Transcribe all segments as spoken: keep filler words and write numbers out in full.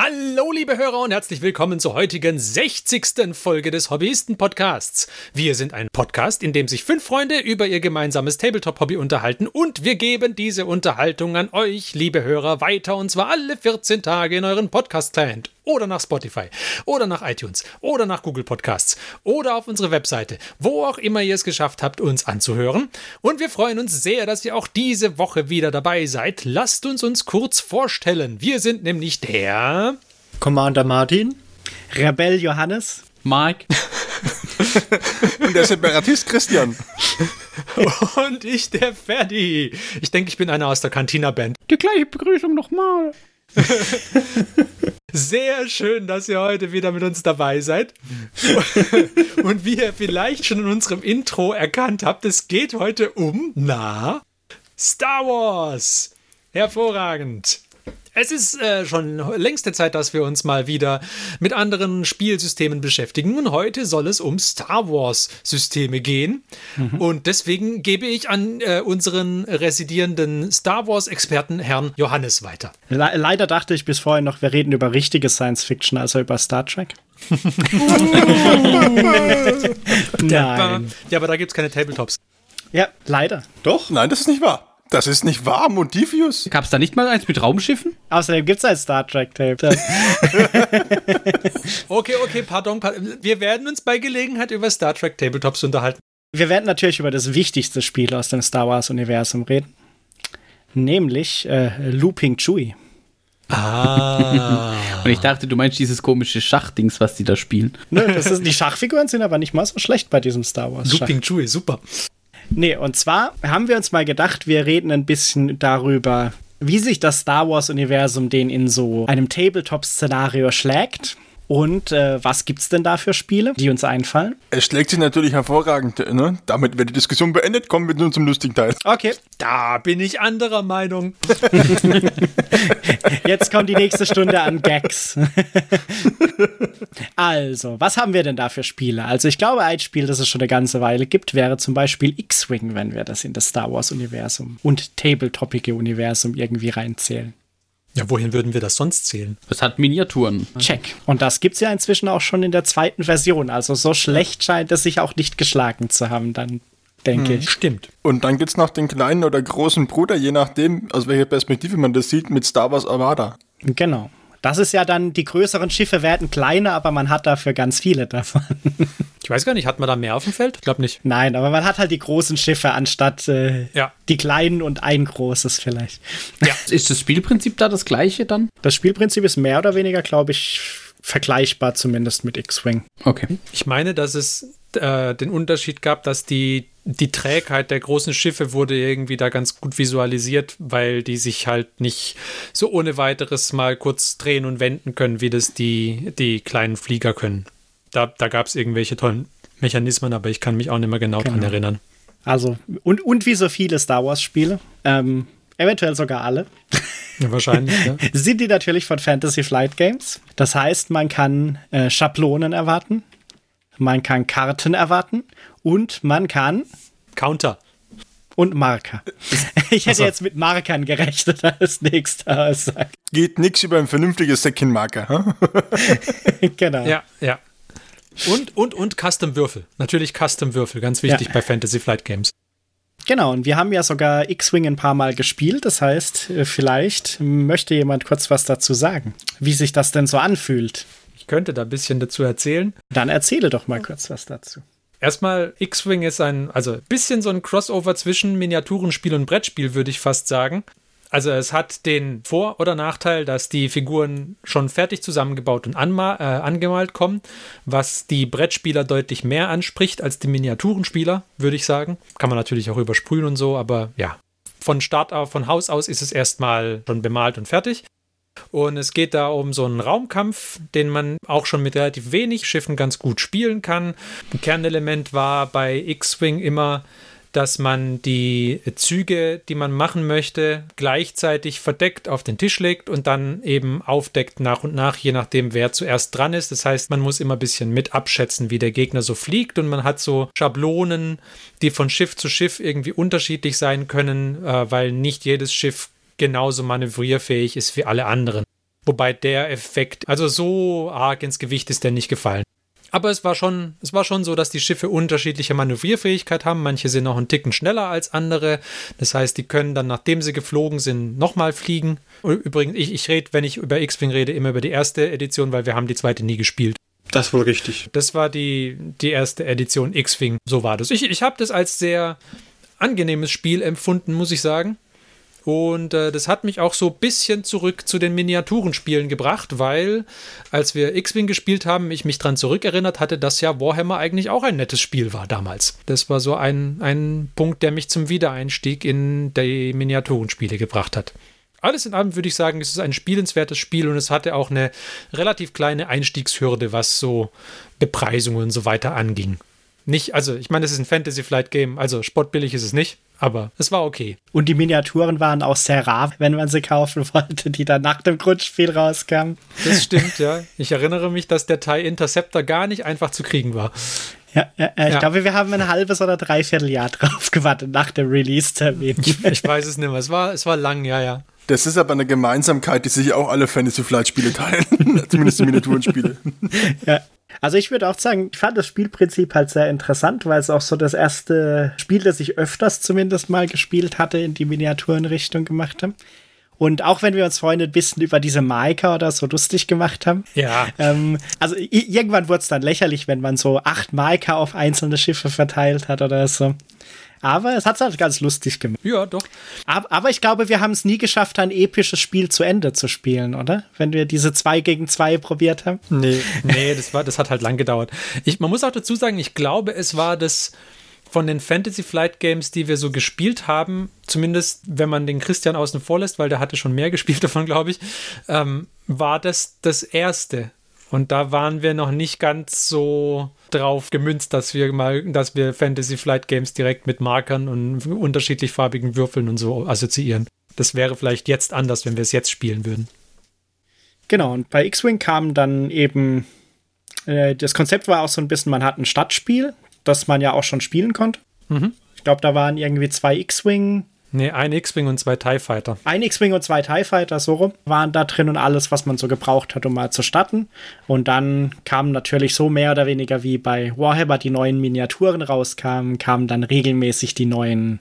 Hallo liebe Hörer und herzlich willkommen zur heutigen sechzigsten Folge des Hobbyisten-Podcasts. Wir sind ein Podcast, in dem sich fünf Freunde über ihr gemeinsames Tabletop-Hobby unterhalten und wir geben diese Unterhaltung an euch, liebe Hörer, weiter und zwar alle vierzehn Tage in euren Podcast-Client oder nach Spotify oder nach iTunes oder nach Google Podcasts oder auf unsere Webseite, wo auch immer ihr es geschafft habt, uns anzuhören. Und wir freuen uns sehr, dass ihr auch diese Woche wieder dabei seid. Lasst uns uns kurz vorstellen. Wir sind nämlich der Commander Martin, Rebell Johannes, Mike und der Separatist Christian. Und ich, der Ferdi. Ich denke, ich bin einer aus der Cantina-Band. Die gleiche Begrüßung nochmal. Sehr schön, dass ihr heute wieder mit uns dabei seid. Und wie ihr vielleicht schon in unserem Intro erkannt habt, es geht heute um, na, Star Wars. Hervorragend. Es ist äh, schon längste Zeit, dass wir uns mal wieder mit anderen Spielsystemen beschäftigen und heute soll es um Star Wars Systeme gehen mhm. und deswegen gebe ich an äh, unseren residierenden Star Wars Experten Herrn Johannes weiter. Le- leider dachte ich bis vorhin noch, wir reden über richtige Science Fiction, also über Star Trek. Nein. Ja, aber da gibt es keine Tabletops. Ja, leider. Doch? Nein, das ist nicht wahr. Das ist nicht wahr, Modifius. Gab es da nicht mal eins mit Raumschiffen? Außerdem gibt es ein Star Trek-Tape. okay, okay, pardon, pardon. Wir werden uns bei Gelegenheit über Star Trek Tabletops unterhalten. Wir werden natürlich über das wichtigste Spiel aus dem Star Wars-Universum reden. Nämlich äh, Looping Chewie. Ah. Und ich dachte, du meinst dieses komische Schachdings, was die da spielen. Nö, das ist, die Schachfiguren sind aber nicht mal so schlecht bei diesem Star Wars. Looping Chewie, super. Nee, und zwar haben wir uns mal gedacht, wir reden ein bisschen darüber, wie sich das Star Wars-Universum den in so einem Tabletop-Szenario schlägt. Und äh, was gibt's denn da für Spiele, die uns einfallen? Es schlägt sich natürlich hervorragend, ne? Damit wird die Diskussion beendet, kommen wir nun zum lustigen Teil. Okay. Da bin ich anderer Meinung. Jetzt kommt die nächste Stunde an Gags. Also, was haben wir denn da für Spiele? Also ich glaube, ein Spiel, das es schon eine ganze Weile gibt, wäre zum Beispiel X-Wing, wenn wir das in das Star Wars-Universum und tabletopige Universum irgendwie reinzählen. Ja, wohin würden wir das sonst zählen? Das hat Miniaturen. Check. Und das gibt's ja inzwischen auch schon in der zweiten Version. Also so schlecht scheint es sich auch nicht geschlagen zu haben, dann denke hm, ich. Stimmt. Und dann gibt's noch den kleinen oder großen Bruder, je nachdem, aus welcher Perspektive man das sieht, mit Star Wars Armada. Genau. Das ist ja dann, die größeren Schiffe werden kleiner, aber man hat dafür ganz viele davon. Ich weiß gar nicht, hat man da mehr auf dem Feld? Ich glaube nicht. Nein, aber man hat halt die großen Schiffe anstatt äh, ja. die kleinen und ein großes vielleicht. Ja. Ist das Spielprinzip da das gleiche dann? Das Spielprinzip ist mehr oder weniger, glaube ich, vergleichbar zumindest mit X-Wing. Okay. Ich meine, dass es äh, den Unterschied gab, dass die Die Trägheit der großen Schiffe wurde irgendwie da ganz gut visualisiert, weil die sich halt nicht so ohne weiteres mal kurz drehen und wenden können, wie das die, die kleinen Flieger können. Da, da gab es irgendwelche tollen Mechanismen, aber ich kann mich auch nicht mehr genau, genau. dran erinnern. Also, und, und wie so viele Star Wars-Spiele, ähm, eventuell sogar alle, ja, wahrscheinlich, ja. sind die natürlich von Fantasy Flight Games. Das heißt, man kann äh, Schablonen erwarten, man kann Karten erwarten und man kann Counter. Und Marker. Ich hätte also. jetzt mit Markern gerechnet als nächster Aussage. Geht nix über ein vernünftiges Säckchen-Marker. Genau. Ja, ja. Und, und, und Custom-Würfel. Natürlich Custom-Würfel, ganz wichtig ja. bei Fantasy Flight Games. Genau, und wir haben ja sogar X-Wing ein paar Mal gespielt. Das heißt, vielleicht möchte jemand kurz was dazu sagen, wie sich das denn so anfühlt. Ich könnte da ein bisschen dazu erzählen. Dann erzähle doch mal kurz was dazu. Erstmal, X-Wing ist ein, also ein bisschen so ein Crossover zwischen Miniaturenspiel und Brettspiel, würde ich fast sagen. Also es hat den Vor- oder Nachteil, dass die Figuren schon fertig zusammengebaut und anma- äh, angemalt kommen, was die Brettspieler deutlich mehr anspricht als die Miniaturenspieler, würde ich sagen. Kann man natürlich auch übersprühen und so, aber ja. Von Start auf, von Haus aus ist es erstmal schon bemalt und fertig. Und es geht da um so einen Raumkampf, den man auch schon mit relativ wenig Schiffen ganz gut spielen kann. Ein Kernelement war bei X-Wing immer, dass man die Züge, die man machen möchte, gleichzeitig verdeckt auf den Tisch legt und dann eben aufdeckt nach und nach, je nachdem, wer zuerst dran ist. Das heißt, man muss immer ein bisschen mit abschätzen, wie der Gegner so fliegt, und man hat so Schablonen, die von Schiff zu Schiff irgendwie unterschiedlich sein können, äh, weil nicht jedes Schiff genauso manövrierfähig ist wie alle anderen. Wobei der Effekt, also so arg ins Gewicht ist der nicht gefallen. Aber es war schon, es war schon so, dass die Schiffe unterschiedliche Manövrierfähigkeit haben. Manche sind noch einen Ticken schneller als andere. Das heißt, die können dann, nachdem sie geflogen sind, nochmal fliegen. Übrigens, ich, ich rede, wenn ich über X-Wing rede, immer über die erste Edition, weil wir haben die zweite nie gespielt. Das wohl richtig. Das war die, die erste Edition X-Wing. So war das. Ich, ich habe das als sehr angenehmes Spiel empfunden, muss ich sagen. Und äh, das hat mich auch so ein bisschen zurück zu den Miniaturenspielen gebracht, weil als wir X-Wing gespielt haben, ich mich dran zurückerinnert hatte, dass ja Warhammer eigentlich auch ein nettes Spiel war damals. Das war so ein, ein Punkt, der mich zum Wiedereinstieg in die Miniaturenspiele gebracht hat. Alles in allem würde ich sagen, es ist ein spielenswertes Spiel und es hatte auch eine relativ kleine Einstiegshürde, was so Bepreisungen und so weiter anging. Nicht, also ich meine, es ist ein Fantasy Flight Game, also spottbillig ist es nicht, aber es war okay. Und die Miniaturen waren auch sehr rar, wenn man sie kaufen wollte, die dann nach dem Grundspiel rauskamen. Das stimmt, ja. Ich erinnere mich, dass der TIE Interceptor gar nicht einfach zu kriegen war. Ja, ja, ich Ja. glaube, wir haben ein halbes oder dreiviertel Jahr drauf gewartet nach dem Release-Termin. Ich, ich weiß es nicht mehr. Es war, es war lang, ja, ja. Das ist aber eine Gemeinsamkeit, die sich auch alle Fantasy Flight Spiele teilen. Zumindest die Miniaturenspiele. Ja. Also ich würde auch sagen, ich fand das Spielprinzip halt sehr interessant, weil es auch so das erste Spiel, das ich öfters zumindest mal gespielt hatte, in die Miniaturenrichtung gemacht habe. Und auch wenn wir uns vorhin ein bisschen über diese Marker oder so lustig gemacht haben. Ja. Ähm, also i- irgendwann wurde es dann lächerlich, wenn man so acht Marker auf einzelne Schiffe verteilt hat oder so. Aber es hat es halt ganz lustig gemacht. Ja, doch. Aber, aber ich glaube, wir haben es nie geschafft, ein episches Spiel zu Ende zu spielen, oder? Wenn wir diese zwei gegen zwei probiert haben. Nee, nee, das war, das hat halt lang gedauert. Ich, man muss auch dazu sagen, ich glaube, es war das von den Fantasy Flight Games, die wir so gespielt haben, zumindest wenn man den Christian außen vor lässt, weil der hatte schon mehr gespielt davon, glaube ich, ähm, war das das erste. Und da waren wir noch nicht ganz so drauf gemünzt, dass wir mal, dass wir Fantasy Flight Games direkt mit Markern und unterschiedlich farbigen Würfeln und so assoziieren. Das wäre vielleicht jetzt anders, wenn wir es jetzt spielen würden. Genau, und bei X-Wing kam dann eben, äh, das Konzept war auch so ein bisschen, man hat ein Stadtspiel, das man ja auch schon spielen konnte. Mhm. Ich glaube, da waren irgendwie zwei X-Wing, Nee, ein X-Wing und zwei TIE Fighter. ein X-Wing und zwei TIE Fighter, so rum, waren da drin und alles, was man so gebraucht hat, um mal zu starten. Und dann kamen natürlich so mehr oder weniger wie bei Warhammer die neuen Miniaturen rauskamen, kamen dann regelmäßig die neuen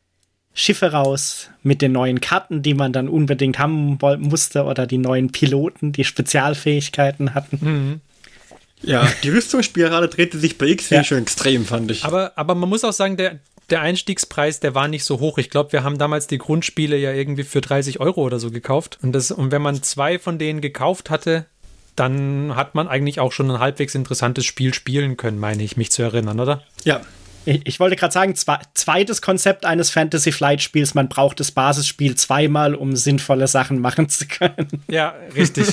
Schiffe raus mit den neuen Karten, die man dann unbedingt haben woll- musste, oder die neuen Piloten, die Spezialfähigkeiten hatten. Mhm. Ja, die Rüstungsspirale drehte sich bei X-Wing Ja. schon extrem, fand ich. Aber, aber man muss auch sagen, der, der Einstiegspreis, der war nicht so hoch. Ich glaube, wir haben damals die Grundspiele ja irgendwie für dreißig Euro oder so gekauft. Und, das, und wenn man zwei von denen gekauft hatte, dann hat man eigentlich auch schon ein halbwegs interessantes Spiel spielen können, meine ich, mich zu erinnern, oder? ja, Ich, ich wollte gerade sagen, zwe- zweites Konzept eines Fantasy-Flight-Spiels, man braucht das Basisspiel zweimal, um sinnvolle Sachen machen zu können. Ja, richtig.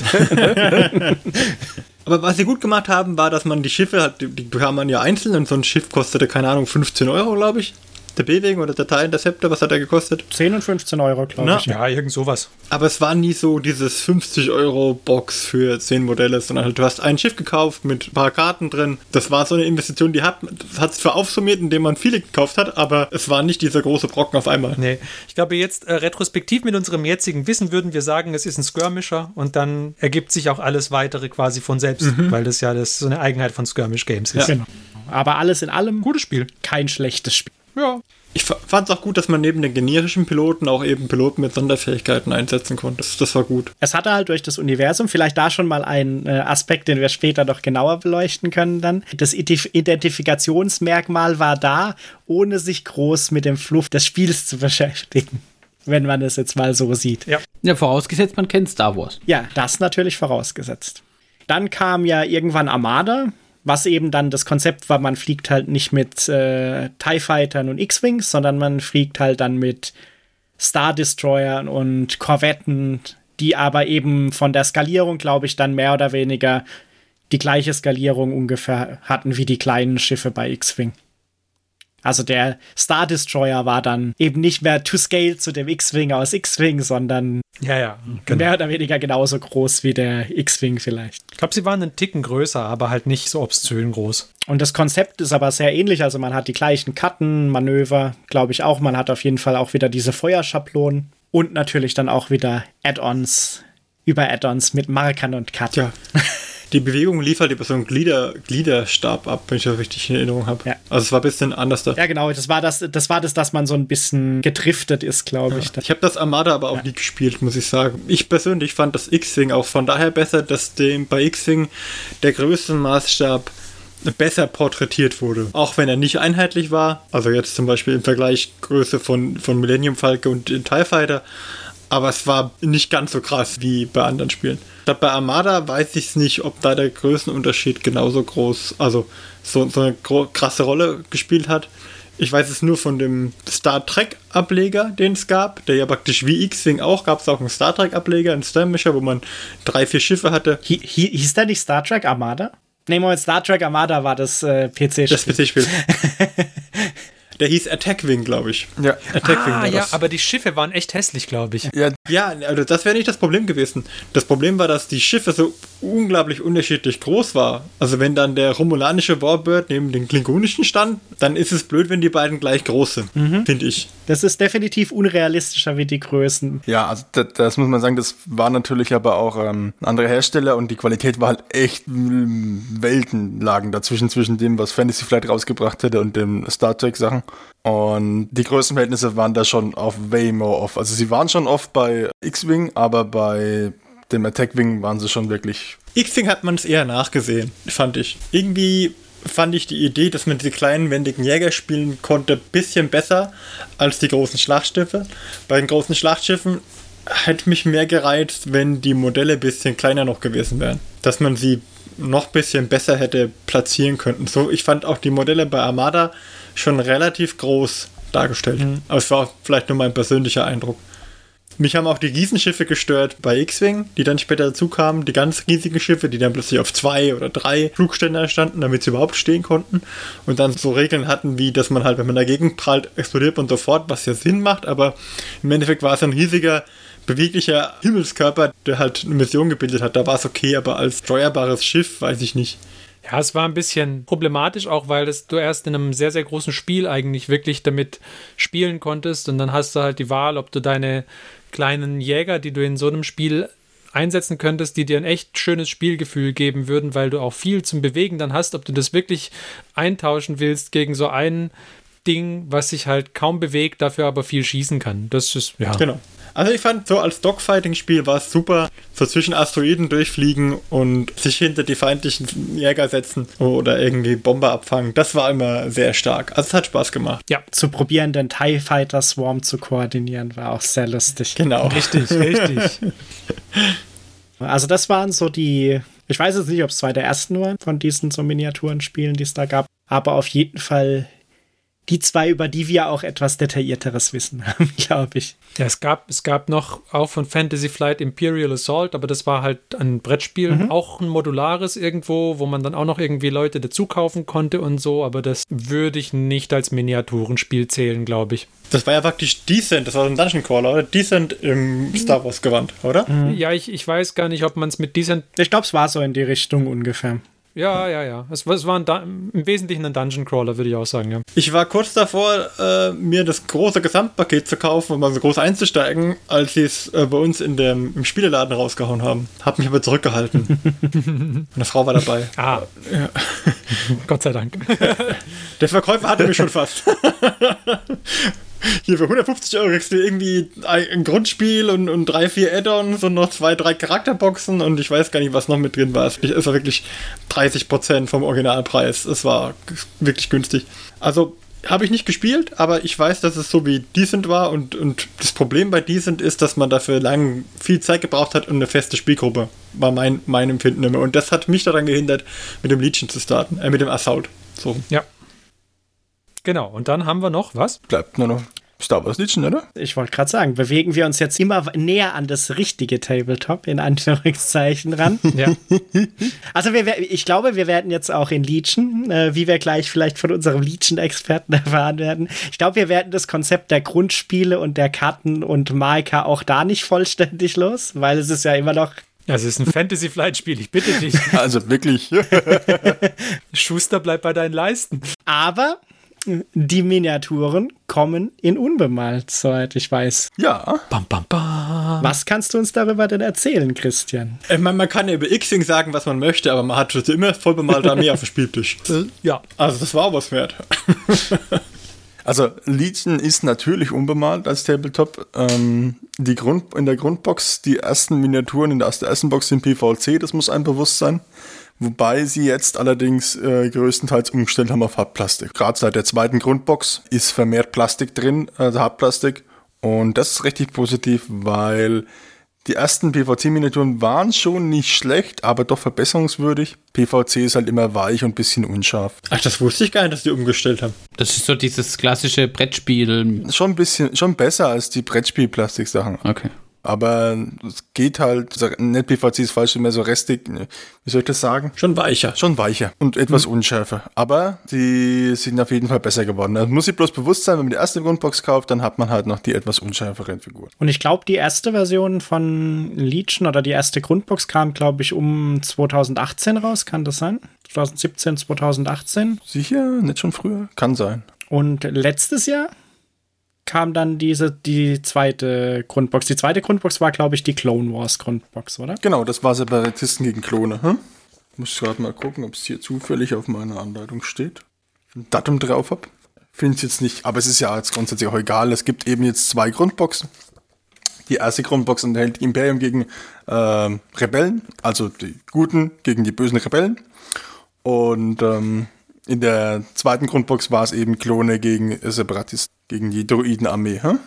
aber was sie gut gemacht haben, war, dass man die Schiffe, hat, die, die bekam man ja einzeln und so ein Schiff kostete, keine Ahnung, fünfzehn Euro, glaube ich. Der B-Wing oder der TIE Interceptor, was hat er gekostet? zehn und fünfzehn Euro, glaube Na. ich. Ja, irgend sowas. Aber es war nie so dieses fünfzig Euro Box für zehn Modelle, sondern halt, du hast ein Schiff gekauft mit ein paar Karten drin. Das war so eine Investition, die hat das hat zwar aufsummiert, indem man viele gekauft hat, aber es war nicht dieser große Brocken auf einmal. Nee, ich glaube jetzt äh, retrospektiv mit unserem jetzigen Wissen würden wir sagen, es ist ein Skirmisher und dann ergibt sich auch alles weitere quasi von selbst, weil das ja das so eine Eigenheit von Skirmish-Games ist. Ja. Genau. Aber alles in allem Gutes Spiel. kein schlechtes Spiel. Ja. Ich fand es auch gut, dass man neben den generischen Piloten auch eben Piloten mit Sonderfähigkeiten einsetzen konnte. Das, das war gut. Es hatte halt durch das Universum vielleicht da schon mal einen äh, Aspekt, den wir später noch genauer beleuchten können dann. Das Ident- Identifikationsmerkmal war da, ohne sich groß mit dem Fluff des Spiels zu beschäftigen. Wenn man es jetzt mal so sieht. Ja. Ja, vorausgesetzt, man kennt Star Wars. Ja, das natürlich vorausgesetzt. Dann kam ja irgendwann Armada, was eben dann das Konzept war, man fliegt halt nicht mit äh, TIE Fightern und X-Wings, sondern man fliegt halt dann mit Star Destroyern und Korvetten, die aber eben von der Skalierung, glaube ich, dann mehr oder weniger die gleiche Skalierung ungefähr hatten wie die kleinen Schiffe bei X-Wing. Also der Star Destroyer war dann eben nicht mehr to scale zu dem X-Wing aus X-Wing, sondern Ja, ja. Genau. mehr oder weniger genauso groß wie der X-Wing vielleicht. Ich glaube, sie waren einen Ticken größer, aber halt nicht so obszön groß. Und das Konzept ist aber sehr ähnlich. Also man hat die gleichen Karten, Manöver, glaube ich auch. Man hat auf jeden Fall auch wieder diese Feuerschablonen und natürlich dann auch wieder Add-ons, über Add-ons mit Markern und Cut. Ja. Die Bewegung lief halt über so einen Glieder, Gliederstab ab, wenn ich das richtig in Erinnerung habe. Ja. Also es war ein bisschen anders da. Ja, genau, das war das, das war das, dass man so ein bisschen gedriftet ist, glaube ich. Ja. Ich habe das Armada aber auch ja. nie gespielt, muss ich sagen. Ich persönlich fand das X-Wing auch von daher besser, dass dem bei X-Wing der Größenmaßstab besser porträtiert wurde. Auch wenn er nicht einheitlich war. Also jetzt zum Beispiel im Vergleich Größe von, von Millennium Falcon und TIE Fighter. Aber es war nicht ganz so krass wie bei anderen Spielen. Ich glaube, bei Armada weiß ich es nicht, ob da der Größenunterschied genauso groß, also so, so eine gro- krasse Rolle gespielt hat. Ich weiß es nur von dem Star Trek Ableger, den es gab, der ja praktisch wie X-Wing auch, gab es auch einen Star Trek Ableger, einen Skirmisher, wo man drei, vier Schiffe hatte. Hi, hi, hieß der nicht Star Trek Armada? Nee, Moment, Star Trek Armada war das äh, P C-Spiel. Das P C-Spiel. Der hieß Attack Wing, glaube ich. Ja. Attack ah, Wing war ja, das. aber die Schiffe waren echt hässlich, glaube ich. Ja, Ja, also das wäre nicht das Problem gewesen. Das Problem war, dass die Schiffe so unglaublich unterschiedlich groß waren. Also wenn dann der romulanische Warbird neben den klingonischen stand, dann ist es blöd, wenn die beiden gleich groß sind, mhm. finde ich. Das ist definitiv unrealistischer wie die Größen. ja, also das, das muss man sagen, das war natürlich aber auch ähm, ein anderer Hersteller und die Qualität war halt echt mm, Welten lagen dazwischen, zwischen dem, was Fantasy Flight rausgebracht hätte und den Star Trek Sachen. Und die Größenverhältnisse waren da schon auf way more off. Also sie waren schon oft bei X-Wing, aber bei dem Attack Wing waren sie schon wirklich... X-Wing hat man es eher nachgesehen, fand ich. Irgendwie fand ich die Idee, dass man diese kleinen, wendigen Jäger spielen konnte, ein bisschen besser als die großen Schlachtschiffe. Bei den großen Schlachtschiffen hätte mich mehr gereizt, wenn die Modelle ein bisschen kleiner noch gewesen wären. Dass man sie noch ein bisschen besser hätte platzieren können. So, ich fand auch die Modelle bei Armada schon relativ groß dargestellt. Mhm. Aber es war vielleicht nur mein persönlicher Eindruck. Mich haben auch die Riesenschiffe gestört bei X-Wing, die dann später dazu kamen. Die ganz riesigen Schiffe, die dann plötzlich auf zwei oder drei Flugständer standen, damit sie überhaupt stehen konnten. Und dann so Regeln hatten, wie, dass man halt, wenn man dagegen prallt, explodiert man sofort, was ja Sinn macht. Aber im Endeffekt war es ein riesiger, beweglicher Himmelskörper, der halt eine Mission gebildet hat. Da war es okay, aber als steuerbares Schiff, weiß ich nicht. Ja, es war ein bisschen problematisch, auch weil das, du erst in einem sehr, sehr großen Spiel eigentlich wirklich damit spielen konntest und dann hast du halt die Wahl, ob du deine kleinen Jäger, die du in so einem Spiel einsetzen könntest, die dir ein echt schönes Spielgefühl geben würden, weil du auch viel zum Bewegen dann hast, ob du das wirklich eintauschen willst gegen so ein Ding, was sich halt kaum bewegt, dafür aber viel schießen kann. Das ist, ja. Genau. Also ich fand, so als Dogfighting-Spiel war es super, so zwischen Asteroiden durchfliegen und sich hinter die feindlichen Jäger setzen oder irgendwie Bomber abfangen. Das war immer sehr stark. Also es hat Spaß gemacht. Ja, zu probieren, den TIE Fighter Swarm zu koordinieren, war auch sehr lustig. Genau. Richtig, richtig. Also das waren so die, ich weiß jetzt nicht, ob es zwei der ersten waren von diesen so Miniaturenspielen, die es da gab, aber auf jeden Fall die zwei, über die wir auch etwas detaillierteres Wissen haben, glaube ich. Ja, es gab, es gab noch auch von Fantasy Flight Imperial Assault, aber das war halt ein Brettspiel, mhm. auch ein modulares irgendwo, wo man dann auch noch irgendwie Leute dazu kaufen konnte und so, aber das würde ich nicht als Miniaturenspiel zählen, glaube ich. Das war ja praktisch Descent, das war so ein Dungeon Crawler, oder? Descent im Star Wars Gewand, oder? Mhm. Ja, ich, ich weiß gar nicht, ob man es mit Descent... Ich glaube, es war so in die Richtung ungefähr. Ja, ja, ja. Es war, es war ein da- im Wesentlichen ein Dungeon Crawler, würde ich auch sagen, ja. Ich war kurz davor, äh, mir das große Gesamtpaket zu kaufen und mal so groß einzusteigen, als sie es äh, bei uns in dem, im Spieleladen rausgehauen haben. Hab mich aber zurückgehalten. Eine Frau war dabei. Ah. Ja. Gott sei Dank. Der Verkäufer hatte mich schon fast. Hier für hundertfünfzig Euro kriegst du irgendwie ein Grundspiel und, und drei, vier Add-ons und noch zwei, drei Charakterboxen und ich weiß gar nicht, was noch mit drin war. Es war wirklich dreißig Prozent vom Originalpreis. Es war wirklich günstig. Also habe ich nicht gespielt, aber ich weiß, dass es so wie Descent war und, und das Problem bei Descent ist, dass man dafür lang viel Zeit gebraucht hat und eine feste Spielgruppe. War mein, mein Empfinden immer. Und das hat mich daran gehindert, mit dem Legion zu starten, äh, mit dem Assault. So. Ja. Genau, und dann haben wir noch, was? Bleibt nur noch Star Wars Legion, oder? Ich wollte gerade sagen, bewegen wir uns jetzt immer näher an das richtige Tabletop, in Anführungszeichen, ran. Ja. Also wir, ich glaube, wir werden jetzt auch in Legion, äh, wie wir gleich vielleicht von unserem Legion-Experten erfahren werden, ich glaube, wir werden das Konzept der Grundspiele und der Karten und Marker auch da nicht vollständig los, weil es ist ja immer noch... Also es ist ein Fantasy-Flight-Spiel, ich bitte dich. Also wirklich. Schuster, bleib bei deinen Leisten. Aber Die Miniaturen kommen in unbemalt, soweit ich weiß. Ja. Bam, bam, bam. Was kannst du uns darüber denn erzählen, Christian? Ich meine, man kann ja über X-Wing sagen, was man möchte, aber man hat schon immer voll bemalte Armee auf dem Spieltisch. Äh, ja. Also das war was wert. Also Legion ist natürlich unbemalt als Tabletop. Ähm, die Grund, in der Grundbox, die ersten Miniaturen in der ersten Box sind P V C, das muss einem bewusst sein. Wobei sie jetzt allerdings äh, größtenteils umgestellt haben auf Hartplastik. Gerade seit der zweiten Grundbox ist vermehrt Plastik drin, also Hartplastik. Und das ist richtig positiv, weil die ersten P V C-Miniaturen waren schon nicht schlecht, aber doch verbesserungswürdig. P V C ist halt immer weich und ein bisschen unscharf. Ach, das wusste ich gar nicht, dass die umgestellt haben. Das ist so dieses klassische Brettspiel. Schon ein bisschen, schon besser als die Brettspiel-Plastik-Sachen. Okay. Aber es geht halt, nicht P V C ist falsch, mehr so restig, wie soll ich das sagen? Schon weicher. Schon weicher und etwas mhm. unschärfer. Aber die sind auf jeden Fall besser geworden. Also muss sich bloß bewusst sein, wenn man die erste Grundbox kauft, dann hat man halt noch die etwas unschärferen Figuren. Und ich glaube, die erste Version von Legion oder die erste Grundbox kam, glaube ich, um zwanzig achtzehn raus. Kann das sein? zwanzig siebzehn, zwanzig achtzehn? Sicher? Nicht schon früher? Kann sein. Und letztes Jahr kam dann diese, die zweite Grundbox. Die zweite Grundbox war, glaube ich, die Clone Wars Grundbox, oder? Genau, das war Separatisten gegen Klone. Hm? Muss gerade mal gucken, ob es hier zufällig auf meiner Anleitung steht. Ein Datum drauf habe. Finde ich jetzt nicht, aber es ist ja jetzt grundsätzlich auch egal. Es gibt eben jetzt zwei Grundboxen. Die erste Grundbox enthält Imperium gegen äh, Rebellen, also die Guten gegen die bösen Rebellen. Und ähm, in der zweiten Grundbox war es eben Klone gegen Separatisten, gegen die Droidenarmee. Hm?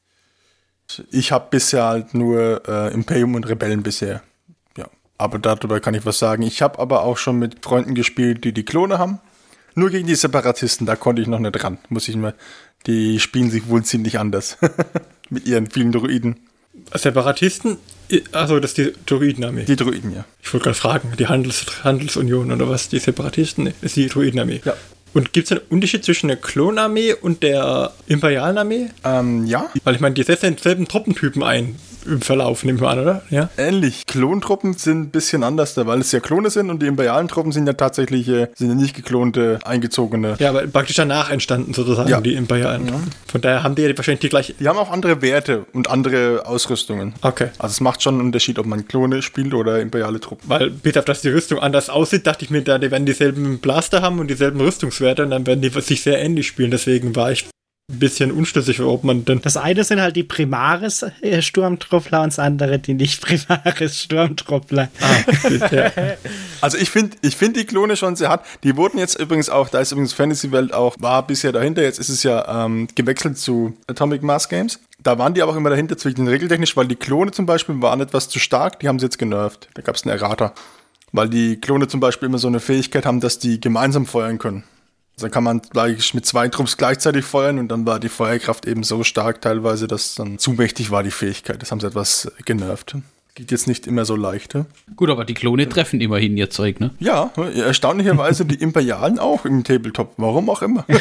Ich habe bisher halt nur äh, Imperium und Rebellen bisher. Ja, aber darüber kann ich was sagen. Ich habe aber auch schon mit Freunden gespielt, die die Klone haben. Nur gegen die Separatisten, da konnte ich noch nicht ran. Muss ich mal. Die spielen sich wohl ziemlich anders. Mit ihren vielen Droiden. Separatisten? Achso, das ist die Droidenarmee. Die Droiden, ja. Ich wollte gerade fragen, die Handels Handelsunion oder was? Die Separatisten? Nee, ist die Droidenarmee. Ja. Und gibt es einen Unterschied zwischen der Klonarmee und der imperialen Armee? Ähm, ja. Weil ich meine, die setzen denselben Truppentypen ein im Verlauf, nehmen wir an, oder? Ja. Ähnlich. Klontruppen sind ein bisschen anders, weil es ja Klone sind und die imperialen Truppen sind ja tatsächlich äh, sind ja nicht geklonte, eingezogene. Ja, aber praktisch danach entstanden sozusagen, ja. Die imperialen. Ja. Von daher haben die ja wahrscheinlich die gleiche... Die haben auch andere Werte und andere Ausrüstungen. Okay. Also es macht schon einen Unterschied, ob man Klone spielt oder imperiale Truppen. Weil bis auf dass die Rüstung anders aussieht, dachte ich mir, da die werden dieselben Blaster haben und dieselben Rüstungswerte und dann werden die sich sehr ähnlich spielen. Deswegen war ich ein bisschen unschlüssig, ob man denn... Das eine sind halt die Primaris äh, Sturmtruppler und das andere die nicht Primaris Sturmtruppler. Ah, ja. Also ich finde ich find die Klone schon sehr hart. Die wurden jetzt übrigens auch, da ist übrigens Fantasy Welt auch, war bisher dahinter, jetzt ist es ja ähm, gewechselt zu Atomic Mass Games. Da waren die aber auch immer dahinter zwischen regeltechnisch, weil die Klone zum Beispiel waren etwas zu stark, die haben sie jetzt genervt. Da gab es einen Errata. Weil die Klone zum Beispiel immer so eine Fähigkeit haben, dass die gemeinsam feuern können. Also kann man gleich mit zwei Trupps gleichzeitig feuern und dann war die Feuerkraft eben so stark teilweise, dass dann zu mächtig war die Fähigkeit. Das haben sie etwas genervt. Geht jetzt nicht immer so leicht. Gut, aber die Klone treffen immerhin ihr Zeug, ne? Ja, erstaunlicherweise die Imperialen auch im Tabletop. Warum auch immer.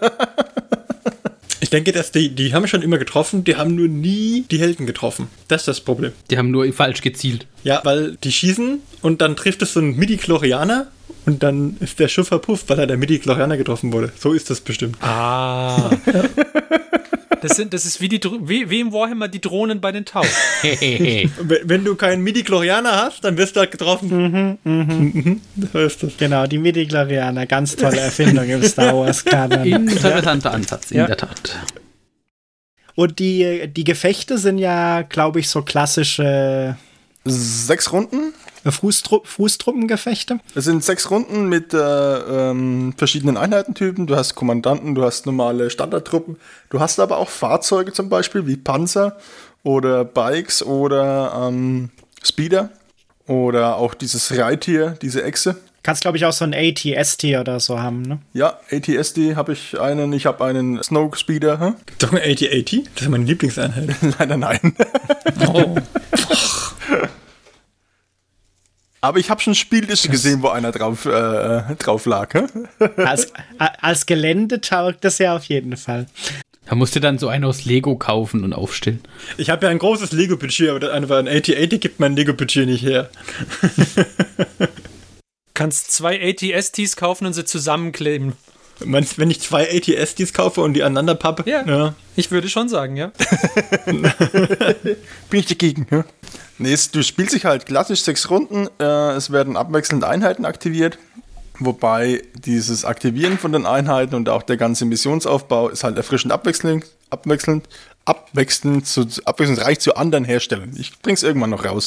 Ich denke, dass die, die haben schon immer getroffen, die haben nur nie die Helden getroffen. Das ist das Problem. Die haben nur falsch gezielt. Ja, weil die schießen und dann trifft es so einen Midi-Chlorianer und dann ist der Schiff verpufft, weil er der Midi-Chlorianer getroffen wurde. So ist das bestimmt. Ah. Das, sind, das ist wie, die, wie, wie im Warhammer die Drohnen bei den Tau. wenn, wenn du keinen Midi-Chlorianer hast, dann wirst du halt getroffen. Mhm, mhm. So ist das. Genau, die Midi-Chlorianer. Ganz tolle Erfindung im Star Wars-Kanon. Interessanter Ansatz, in ja. der Tat. Und die, die Gefechte sind ja, glaube ich, so klassische... Sechs Runden? Fußtru- Fußtruppengefechte? Es sind sechs Runden mit äh, ähm, verschiedenen Einheitentypen. Du hast Kommandanten, du hast normale Standardtruppen. Du hast aber auch Fahrzeuge zum Beispiel wie Panzer oder Bikes oder ähm, Speeder oder auch dieses Reittier, diese Echse. Kannst, glaube ich, auch so ein A T S T oder so haben, ne? Ja, A T S T habe ich einen. Ich habe einen Snoke Speeder. Hm? Doch ein A T A T? Das ist meine Lieblingseinheit. Leider nein. Oh. Aber ich habe schon Spielliste gesehen, wo einer drauf, äh, drauf lag. Hm? Als, als Gelände taugt das ja auf jeden Fall. Da musst du dann so einen aus Lego kaufen und aufstellen. Ich habe ja ein großes Lego-Budget, aber ein A T A T gibt mein Lego-Budget nicht her. Kannst zwei A T S Ts kaufen und sie zusammenkleben. Meinst du, wenn ich zwei A T S Ds kaufe und die aneinander pappe? Ja, ja. Ich würde schon sagen, ja. Bin ich dagegen, ja? Nee, es, du spielst dich halt klassisch sechs Runden, äh, es werden abwechselnd Einheiten aktiviert, wobei dieses Aktivieren von den Einheiten und auch der ganze Missionsaufbau ist halt erfrischend abwechselnd, abwechselnd, abwechselnd, zu, abwechslungsreich zu anderen Herstellern. Ich bring's irgendwann noch raus.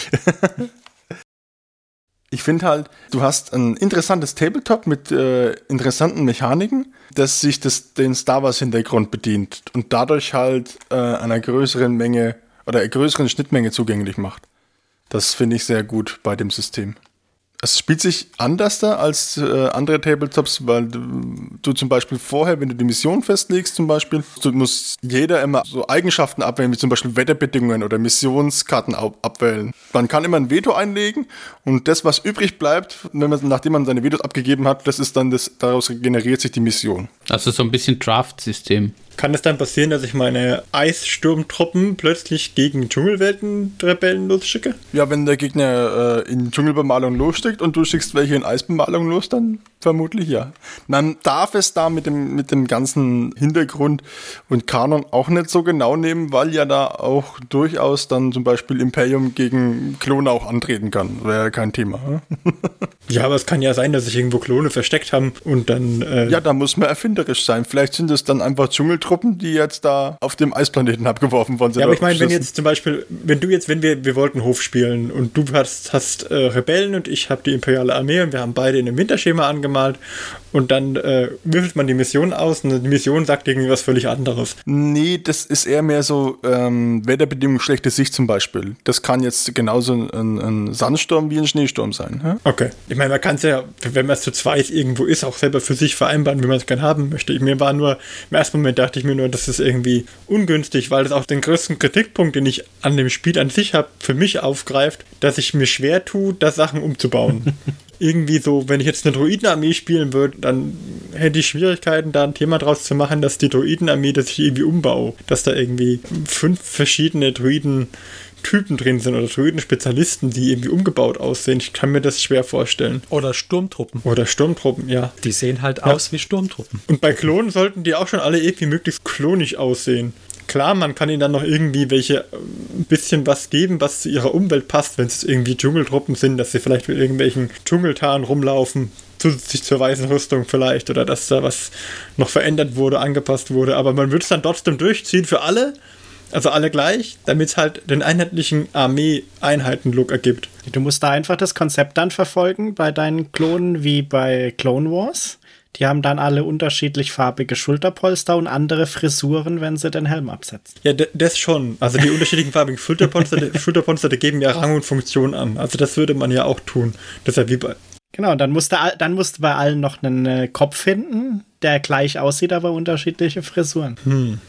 Ich finde halt, du hast ein interessantes Tabletop mit äh, interessanten Mechaniken, das sich das, den Star Wars Hintergrund bedient und dadurch halt äh, einer größeren Menge oder einer größeren Schnittmenge zugänglich macht. Das finde ich sehr gut bei dem System. Es spielt sich anders da als äh, andere Tabletops, weil du, du zum Beispiel vorher, wenn du die Mission festlegst zum Beispiel, du musst jeder immer so Eigenschaften abwählen, wie zum Beispiel Wetterbedingungen oder Missionskarten ab- abwählen. Man kann immer ein Veto einlegen und das, was übrig bleibt, wenn man, nachdem man seine Vetos abgegeben hat, das ist dann das, daraus generiert sich die Mission. Also so ein bisschen Draft-System. Kann es dann passieren, dass ich meine Eissturmtruppen plötzlich gegen Dschungelwelten-Rebellen losschicke? Ja, wenn der Gegner äh, in Dschungelbemalung losschickt und du schickst welche in Eisbemalung los, dann vermutlich ja. Man darf es da mit dem, mit dem ganzen Hintergrund und Kanon auch nicht so genau nehmen, weil ja da auch durchaus dann zum Beispiel Imperium gegen Klone auch antreten kann. Wäre ja kein Thema. Ne? Ja, aber es kann ja sein, dass sich irgendwo Klone versteckt haben und dann... Äh ja, da muss man erfinderisch sein. Vielleicht sind es dann einfach Dschungeltruppen, die jetzt da auf dem Eisplaneten abgeworfen worden sind. Ja, aber ich meine, wenn jetzt zum Beispiel, wenn du jetzt, wenn wir, wir wollten Hof spielen und du hast, hast äh, Rebellen und ich habe die imperiale Armee und wir haben beide in einem Winterschema angemalt und dann äh, würfelt man die Mission aus und die Mission sagt irgendwie was völlig anderes. Nee, das ist eher mehr so ähm, Wetterbedingungen, schlechte Sicht zum Beispiel. Das kann jetzt genauso ein, ein Sandsturm wie ein Schneesturm sein. Hä? Okay. Ich meine, man kann es ja, wenn man es zu zweit irgendwo ist, auch selber für sich vereinbaren, wie man es gerne haben möchte. Ich, mir war nur, im ersten Moment dachte ich mir nur, das ist irgendwie ungünstig, weil das auch den größten Kritikpunkt, den ich an dem Spiel an sich habe, für mich aufgreift, dass ich mir schwer tue, da Sachen umzubauen. Irgendwie so, wenn ich jetzt eine Droidenarmee spielen würde, dann hätte ich Schwierigkeiten, da ein Thema draus zu machen, dass die Droidenarmee, dass ich irgendwie umbaue, dass da irgendwie fünf verschiedene Droiden-Typen drin sind oder Droiden-Spezialisten, die irgendwie umgebaut aussehen. Ich kann mir das schwer vorstellen. Oder Sturmtruppen. Oder Sturmtruppen, ja. Die sehen halt Ja. aus wie Sturmtruppen. Und bei Klonen sollten die auch schon alle irgendwie möglichst klonig aussehen. Klar, man kann ihnen dann noch irgendwie welche ein bisschen was geben, was zu ihrer Umwelt passt, wenn es irgendwie Dschungeltruppen sind, dass sie vielleicht mit irgendwelchen Dschungeltarnen rumlaufen, zusätzlich zur weißen Rüstung vielleicht, oder dass da was noch verändert wurde, angepasst wurde. Aber man würde es dann trotzdem durchziehen für alle, also alle gleich, damit es halt den einheitlichen Armee-Einheiten-Look ergibt. Du musst da einfach das Konzept dann verfolgen bei deinen Klonen wie bei Clone Wars. Die haben dann alle unterschiedlich farbige Schulterpolster und andere Frisuren, wenn sie den Helm absetzen. Ja, d- das schon. Also die unterschiedlichen farbigen Schulterpolster, die Schulterpolster, die geben ja Rang und Funktion an. Also das würde man ja auch tun. Das ist ja wie bei... Genau, und dann musst du, all- dann musst du bei allen noch einen äh, Kopf finden, der gleich aussieht, aber unterschiedliche Frisuren. Hm.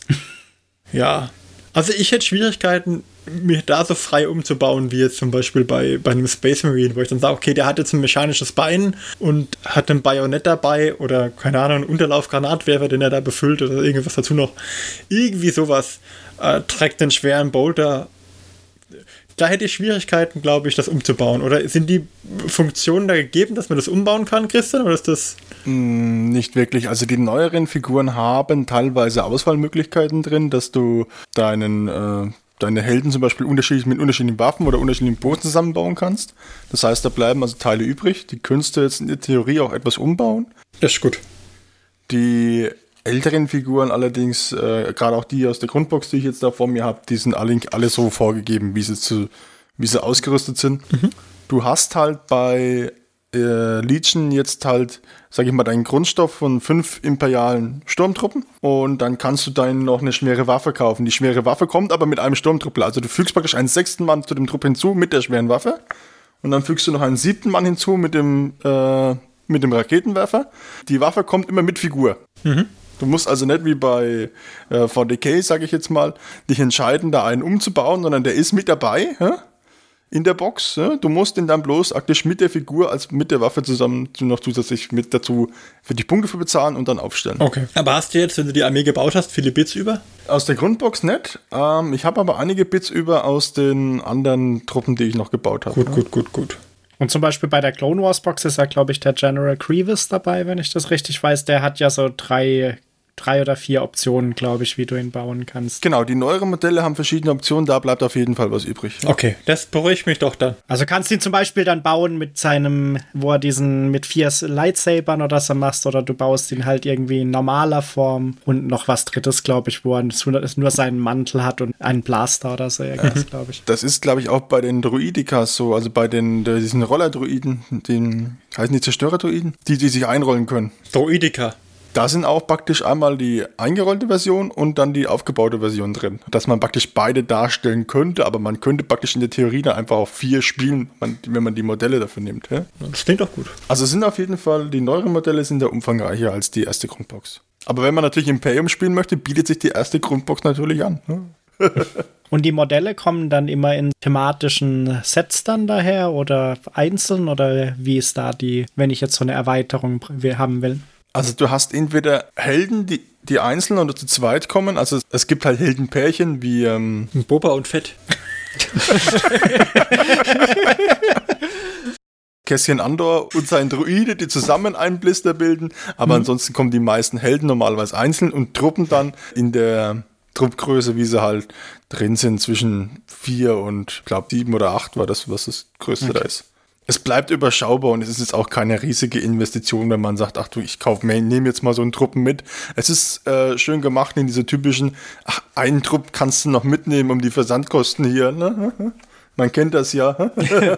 Ja. Also ich hätte Schwierigkeiten, mir da so frei umzubauen, wie jetzt zum Beispiel bei, bei einem Space Marine, wo ich dann sage, okay, der hat jetzt ein mechanisches Bein und hat ein Bajonett dabei oder, keine Ahnung, einen Unterlaufgranatwerfer, den er da befüllt oder irgendwas dazu noch. Irgendwie sowas. Äh, trägt den schweren Boulder. Da hätte ich Schwierigkeiten, glaube ich, das umzubauen. Oder sind die Funktionen da gegeben, dass man das umbauen kann, Christian? Oder ist das... Nicht wirklich. Also die neueren Figuren haben teilweise Auswahlmöglichkeiten drin, dass du deinen, äh, deine Helden zum Beispiel unterschiedlich mit unterschiedlichen Waffen oder unterschiedlichen Bogen zusammenbauen kannst. Das heißt, da bleiben also Teile übrig. Die könntest du jetzt in der Theorie auch etwas umbauen. Das ist gut. Die älteren Figuren allerdings, äh, gerade auch die aus der Grundbox, die ich jetzt da vor mir habe, die sind alle, alle so vorgegeben, wie sie, zu, wie sie ausgerüstet sind. Mhm. Du hast halt bei äh, Legion jetzt halt, sag ich mal, deinen Grundstoff von fünf imperialen Sturmtruppen und dann kannst du dann noch eine schwere Waffe kaufen. Die schwere Waffe kommt aber mit einem Sturmtruppler. Also du fügst praktisch einen sechsten Mann zu dem Trupp hinzu mit der schweren Waffe und dann fügst du noch einen siebten Mann hinzu mit dem, äh, mit dem Raketenwerfer. Die Waffe kommt immer mit Figur. Mhm. Du musst also nicht wie bei äh, V D K, sage ich jetzt mal, dich entscheiden, da einen umzubauen, sondern der ist mit dabei, hä? In der Box. Hä? Du musst ihn dann bloß aktisch mit der Figur als mit der Waffe zusammen noch zusätzlich mit dazu für die Punkte für bezahlen und dann aufstellen. Okay. Aber hast du jetzt, wenn du die Armee gebaut hast, viele Bits über? Aus der Grundbox nicht. Ähm, ich habe aber einige Bits über aus den anderen Truppen, die ich noch gebaut habe. Gut, ja. gut, gut, gut. Und zum Beispiel bei der Clone Wars Box ist ja, glaube ich, der General Grievous dabei, wenn ich das richtig weiß. Der hat ja so drei, drei oder vier Optionen, glaube ich, wie du ihn bauen kannst. Genau, die neueren Modelle haben verschiedene Optionen, da bleibt auf jeden Fall was übrig. Okay, das beruhigt mich doch dann. Also kannst du ihn zum Beispiel dann bauen mit seinem, wo er diesen mit vier Lightsabern oder so machst, oder du baust ihn halt irgendwie in normaler Form und noch was Drittes, glaube ich, wo er nur seinen Mantel hat und einen Blaster oder so irgendwas, glaube ich. Das ist, glaube ich, auch bei den Druidikas so, also bei den diesen Roller-Druiden, den heißen die Zerstörer-Druiden, die, die sich einrollen können. Druidika. Da sind auch praktisch einmal die eingerollte Version und dann die aufgebaute Version drin. Dass man praktisch beide darstellen könnte, aber man könnte praktisch in der Theorie dann einfach auch vier spielen, wenn man die Modelle dafür nimmt. Ja? Das klingt doch gut. Also sind auf jeden Fall, die neueren Modelle sind ja umfangreicher als die erste Grundbox. Aber wenn man natürlich Imperium spielen möchte, bietet sich die erste Grundbox natürlich an. Ne? Und die Modelle kommen dann immer in thematischen Sets dann daher oder einzeln, oder wie ist da die, wenn ich jetzt so eine Erweiterung haben will? Also du hast entweder Helden, die, die einzeln oder zu zweit kommen. Also es gibt halt Heldenpärchen wie ähm Boba und Fett. Cassian Andor und sein Druide, die zusammen einen Blister bilden. Aber mhm. ansonsten kommen die meisten Helden normalerweise einzeln und Truppen dann in der Truppgröße, wie sie halt drin sind, zwischen vier und ich glaube sieben oder acht war das, was das Größte okay. da ist. Es bleibt überschaubar und es ist jetzt auch keine riesige Investition, wenn man sagt, ach du, ich kaufe mir, nehme jetzt mal so einen Truppen mit. Es ist äh, schön gemacht in dieser typischen, ach, einen Trupp kannst du noch mitnehmen um die Versandkosten hier. Ne? Man kennt das ja.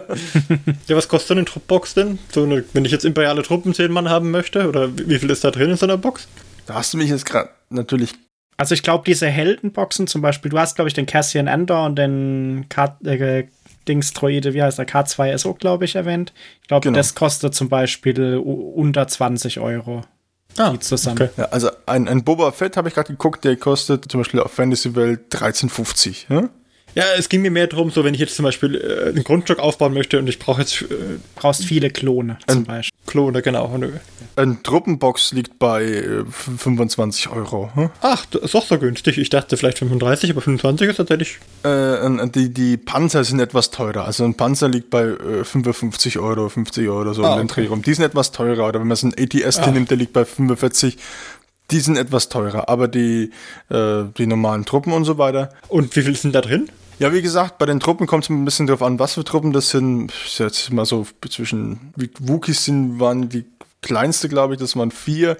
Ja, was kostet so eine Truppbox denn? So eine, wenn ich jetzt imperiale Truppen zehn Mann haben möchte, oder wie viel ist da drin in so einer Box? Da hast du mich jetzt gerade natürlich... Also ich glaube, diese Heldenboxen zum Beispiel, du hast, glaube ich, den Cassian Andor und den K- äh, Dings-Droide, wie heißt der, K zwei S O, glaube ich, erwähnt. Ich glaube, genau. Das kostet zum Beispiel unter zwanzig Euro. Ah, die zusammen. Okay. Ja, also ein, ein Boba Fett, habe ich gerade geguckt, der kostet zum Beispiel auf Fantasy Welt dreizehn fünfzig. Ja? Ja, es ging mir mehr darum, so wenn ich jetzt zum Beispiel äh, einen Grundstück aufbauen möchte und ich brauche jetzt... Äh, brauchst viele Klone zum ein, Beispiel. Klone, genau. Eine Truppenbox liegt bei äh, fünfundzwanzig Euro. Hm? Ach, das ist doch so günstig. Ich dachte vielleicht fünfunddreißig, aber fünfundzwanzig ist tatsächlich... Äh, die, die Panzer sind etwas teurer. Also ein Panzer liegt bei äh, fünfundfünfzig Euro, fünfzig Euro so ah, in den okay. Dreh rum. Die sind etwas teurer. Oder wenn man so einen A T S T ah. nimmt, der liegt bei fünfundvierzig. Die sind etwas teurer. Aber die, äh, die normalen Truppen und so weiter. Und wie viel sind da drin? Ja, wie gesagt, bei den Truppen kommt es ein bisschen drauf an, was für Truppen das sind. Ich jetzt mal so zwischen, wie Wookiees sind, waren die kleinste, glaube ich, das waren vier,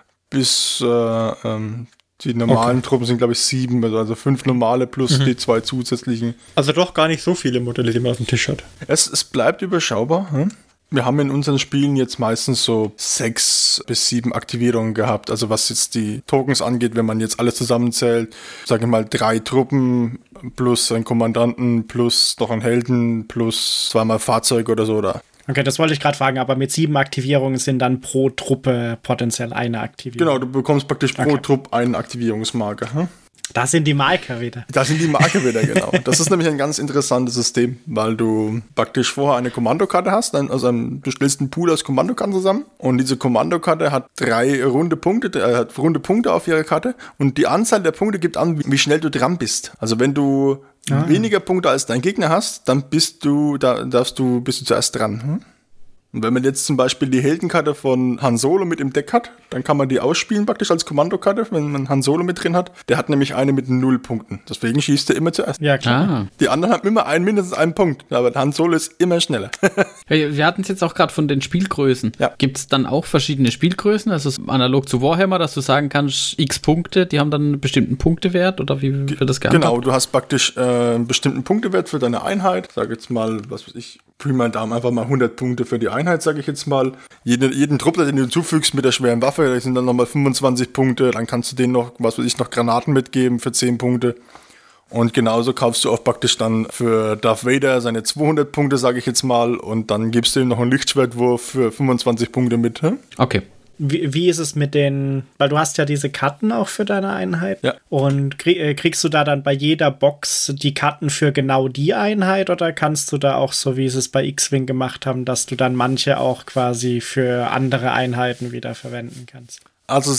bis äh, ähm, die normalen okay. Truppen sind, glaube ich, sieben, also, also fünf normale plus mhm. die zwei zusätzlichen. Also doch gar nicht so viele Modelle, die man auf dem Tisch hat. Es, es bleibt überschaubar. Hm? Wir haben in unseren Spielen jetzt meistens so sechs bis sieben Aktivierungen gehabt. Also was jetzt die Tokens angeht, wenn man jetzt alles zusammenzählt, sage ich mal drei Truppen plus einen Kommandanten plus noch einen Helden plus zweimal Fahrzeug oder so. Oder. Okay, das wollte ich gerade fragen, aber mit sieben Aktivierungen sind dann pro Truppe potenziell eine Aktivierung. Genau, du bekommst praktisch pro okay. Trupp einen Aktivierungsmarker. Hm? Da sind die Marker wieder. Da sind die Marker wieder, genau. Das ist nämlich ein ganz interessantes System, weil du praktisch vorher eine Kommandokarte hast, also ein, du stellst einen Pool aus Kommandokarten zusammen und diese Kommandokarte hat drei runde Punkte, äh, hat runde Punkte auf ihrer Karte und die Anzahl der Punkte gibt an, wie schnell du dran bist. Also wenn du ah. weniger Punkte als dein Gegner hast, dann bist du, da darfst du, bist du zuerst dran. Hm? Und wenn man jetzt zum Beispiel die Heldenkarte von Han Solo mit im Deck hat, dann kann man die ausspielen praktisch als Kommandokarte, wenn man Han Solo mit drin hat. Der hat nämlich eine mit null Punkten. Deswegen schießt er immer zuerst. Ja, klar. Ah. Die anderen haben immer einen, mindestens einen Punkt. Aber Han Solo ist immer schneller. Wir hatten es jetzt auch gerade von den Spielgrößen. Ja. Gibt es dann auch verschiedene Spielgrößen? Also analog zu Warhammer, dass du sagen kannst, x Punkte, die haben dann einen bestimmten Punktewert? Oder wie wird das gehandhabt? Genau, du hast praktisch äh, einen bestimmten Punktewert für deine Einheit. Sag jetzt mal, was weiß ich, Pi mal Daumen, einfach mal hundert Punkte für die Einheit, sage ich jetzt mal. Jeden, jeden Truppler, den du hinzufügst mit der schweren Waffe, da sind dann nochmal fünfundzwanzig Punkte. Dann kannst du denen noch, was weiß ich, noch Granaten mitgeben für zehn Punkte. Und genauso kaufst du auch praktisch dann für Darth Vader seine zweihundert Punkte, sage ich jetzt mal. Und dann gibst du ihm noch einen Lichtschwertwurf für fünfundzwanzig Punkte mit. Hm? Okay. Wie, wie ist es mit den, weil du hast ja diese Karten auch für deine Einheit. Ja. Und krieg, äh, kriegst du da dann bei jeder Box die Karten für genau die Einheit oder kannst du da auch so, wie sie es bei X-Wing gemacht haben, dass du dann manche auch quasi für andere Einheiten wieder verwenden kannst? Also es,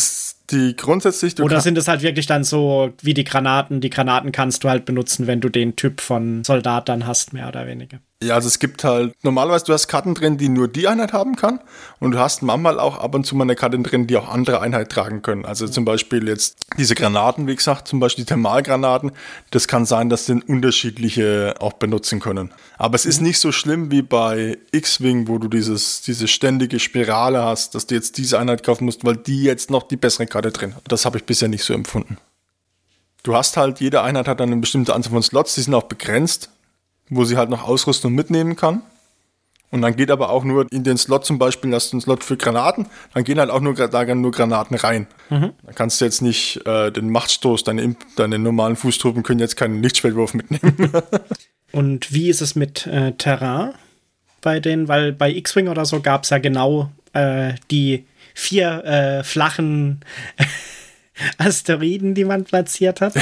Die grundsätzlich... Du Oder kann- sind es halt wirklich dann so wie die Granaten? Die Granaten kannst du halt benutzen, wenn du den Typ von Soldat dann hast, mehr oder weniger. Ja, also es gibt halt, normalerweise du hast Karten drin, die nur die Einheit haben kann und du hast manchmal auch ab und zu mal eine Karte drin, die auch andere Einheit tragen können. Also zum Beispiel jetzt diese Granaten, wie gesagt, zum Beispiel die Thermalgranaten, das kann sein, dass sie unterschiedliche auch benutzen können. Aber es ist nicht so schlimm wie bei X-Wing, wo du dieses, diese ständige Spirale hast, dass du jetzt diese Einheit kaufen musst, weil die jetzt noch die bessere Karte drin hat. Das habe ich bisher nicht so empfunden. Du hast halt, jede Einheit hat dann eine bestimmte Anzahl von Slots, die sind auch begrenzt, wo sie halt noch Ausrüstung mitnehmen kann. Und dann geht aber auch nur in den Slot zum Beispiel, hast du einen Slot für Granaten, dann gehen halt auch nur, da gehen nur Granaten rein. Mhm. Da kannst du jetzt nicht äh, den Machtstoß, deine, deine normalen Fußtruppen können jetzt keinen Lichtschwertwurf mitnehmen. Und wie ist es mit äh, Terrain bei den, weil bei X-Wing oder so gab es ja genau äh, die vier äh, flachen Asteroiden, die man platziert hat.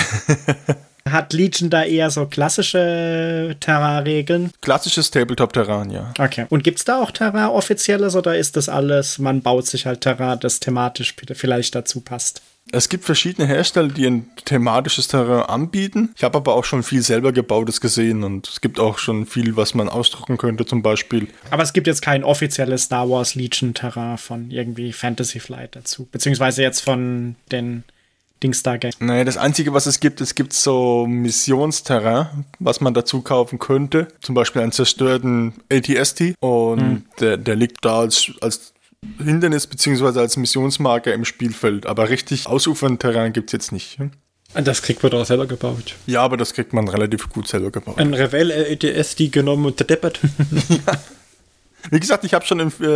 Hat Legion da eher so klassische Terrain-Regeln? Klassisches Tabletop-Terrain, ja. Okay. Und gibt es da auch Terrain-offizielles oder ist das alles, man baut sich halt Terrain, das thematisch vielleicht dazu passt? Es gibt verschiedene Hersteller, die ein thematisches Terrain anbieten. Ich habe aber auch schon viel selber gebautes gesehen und es gibt auch schon viel, was man ausdrucken könnte zum Beispiel. Aber es gibt jetzt kein offizielles Star Wars Legion Terrain von irgendwie Fantasy Flight dazu, beziehungsweise jetzt von den Dingstar Games. Naja, das Einzige, was es gibt, es gibt so Missionsterrain, was man dazu kaufen könnte. Zum Beispiel einen zerstörten A T S T und hm. der, der liegt da als, als Hindernis beziehungsweise als Missionsmarker im Spielfeld. Aber richtig ausufernden Terrain gibt es jetzt nicht. Das kriegt man doch selber gebaut. Ja, aber das kriegt man relativ gut selber gebaut. Ein Revell A T S T genommen und zerdeppert. Ja. Wie gesagt, ich habe schon im äh,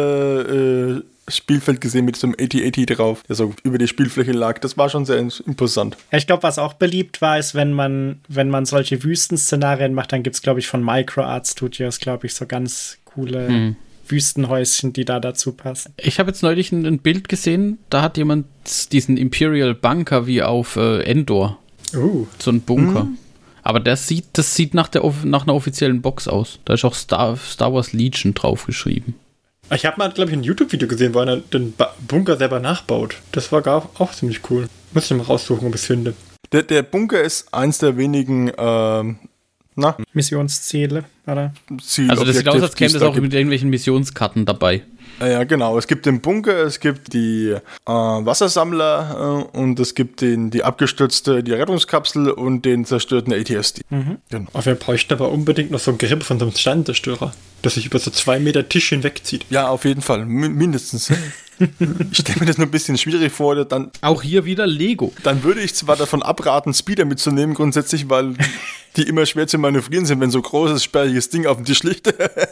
äh, Spielfeld gesehen mit so einem A T A T drauf, der so über die Spielfläche lag. Das war schon sehr imposant. Ja, ich glaube, was auch beliebt war, ist, wenn man, wenn man solche Wüstenszenarien macht, dann gibt es, glaube ich, von MicroArt Studios, glaube ich, so ganz coole hm. Wüstenhäuschen, die da dazu passen. Ich habe jetzt neulich ein, ein Bild gesehen, da hat jemand diesen Imperial Bunker wie auf äh, Endor. Uh. So ein Bunker. Hm. Aber das sieht, das sieht nach, der, nach einer offiziellen Box aus. Da ist auch Star, Star Wars Legion draufgeschrieben. Ich habe mal, glaube ich, ein YouTube-Video gesehen, wo einer den ba- Bunker selber nachbaut. Das war gar auch ziemlich cool. Muss ich mal raussuchen, ob ich es finde. Der, der Bunker ist eins der wenigen ähm, na? Missionsziele, oder? Ziel- also das sieht aus, als käme das da auch gibt. mit irgendwelchen Missionskarten dabei. Ja, genau. Es gibt den Bunker, es gibt die äh, Wassersammler äh, und es gibt den, die abgestürzte, die Rettungskapsel und den zerstörten A T S T. Mhm. Genau. Aber wir bräuchten aber unbedingt noch so ein Gerippe von so einem Sternenzerstörer, das sich über so zwei Meter Tisch hinwegzieht. Ja, auf jeden Fall. M- mindestens. Ich stelle mir das nur ein bisschen schwierig vor. Dann, auch hier wieder Lego. Dann würde ich zwar davon abraten, Speeder mitzunehmen grundsätzlich, weil die immer schwer zu manövrieren sind, wenn so ein großes, sperriges Ding auf dem Tisch liegt.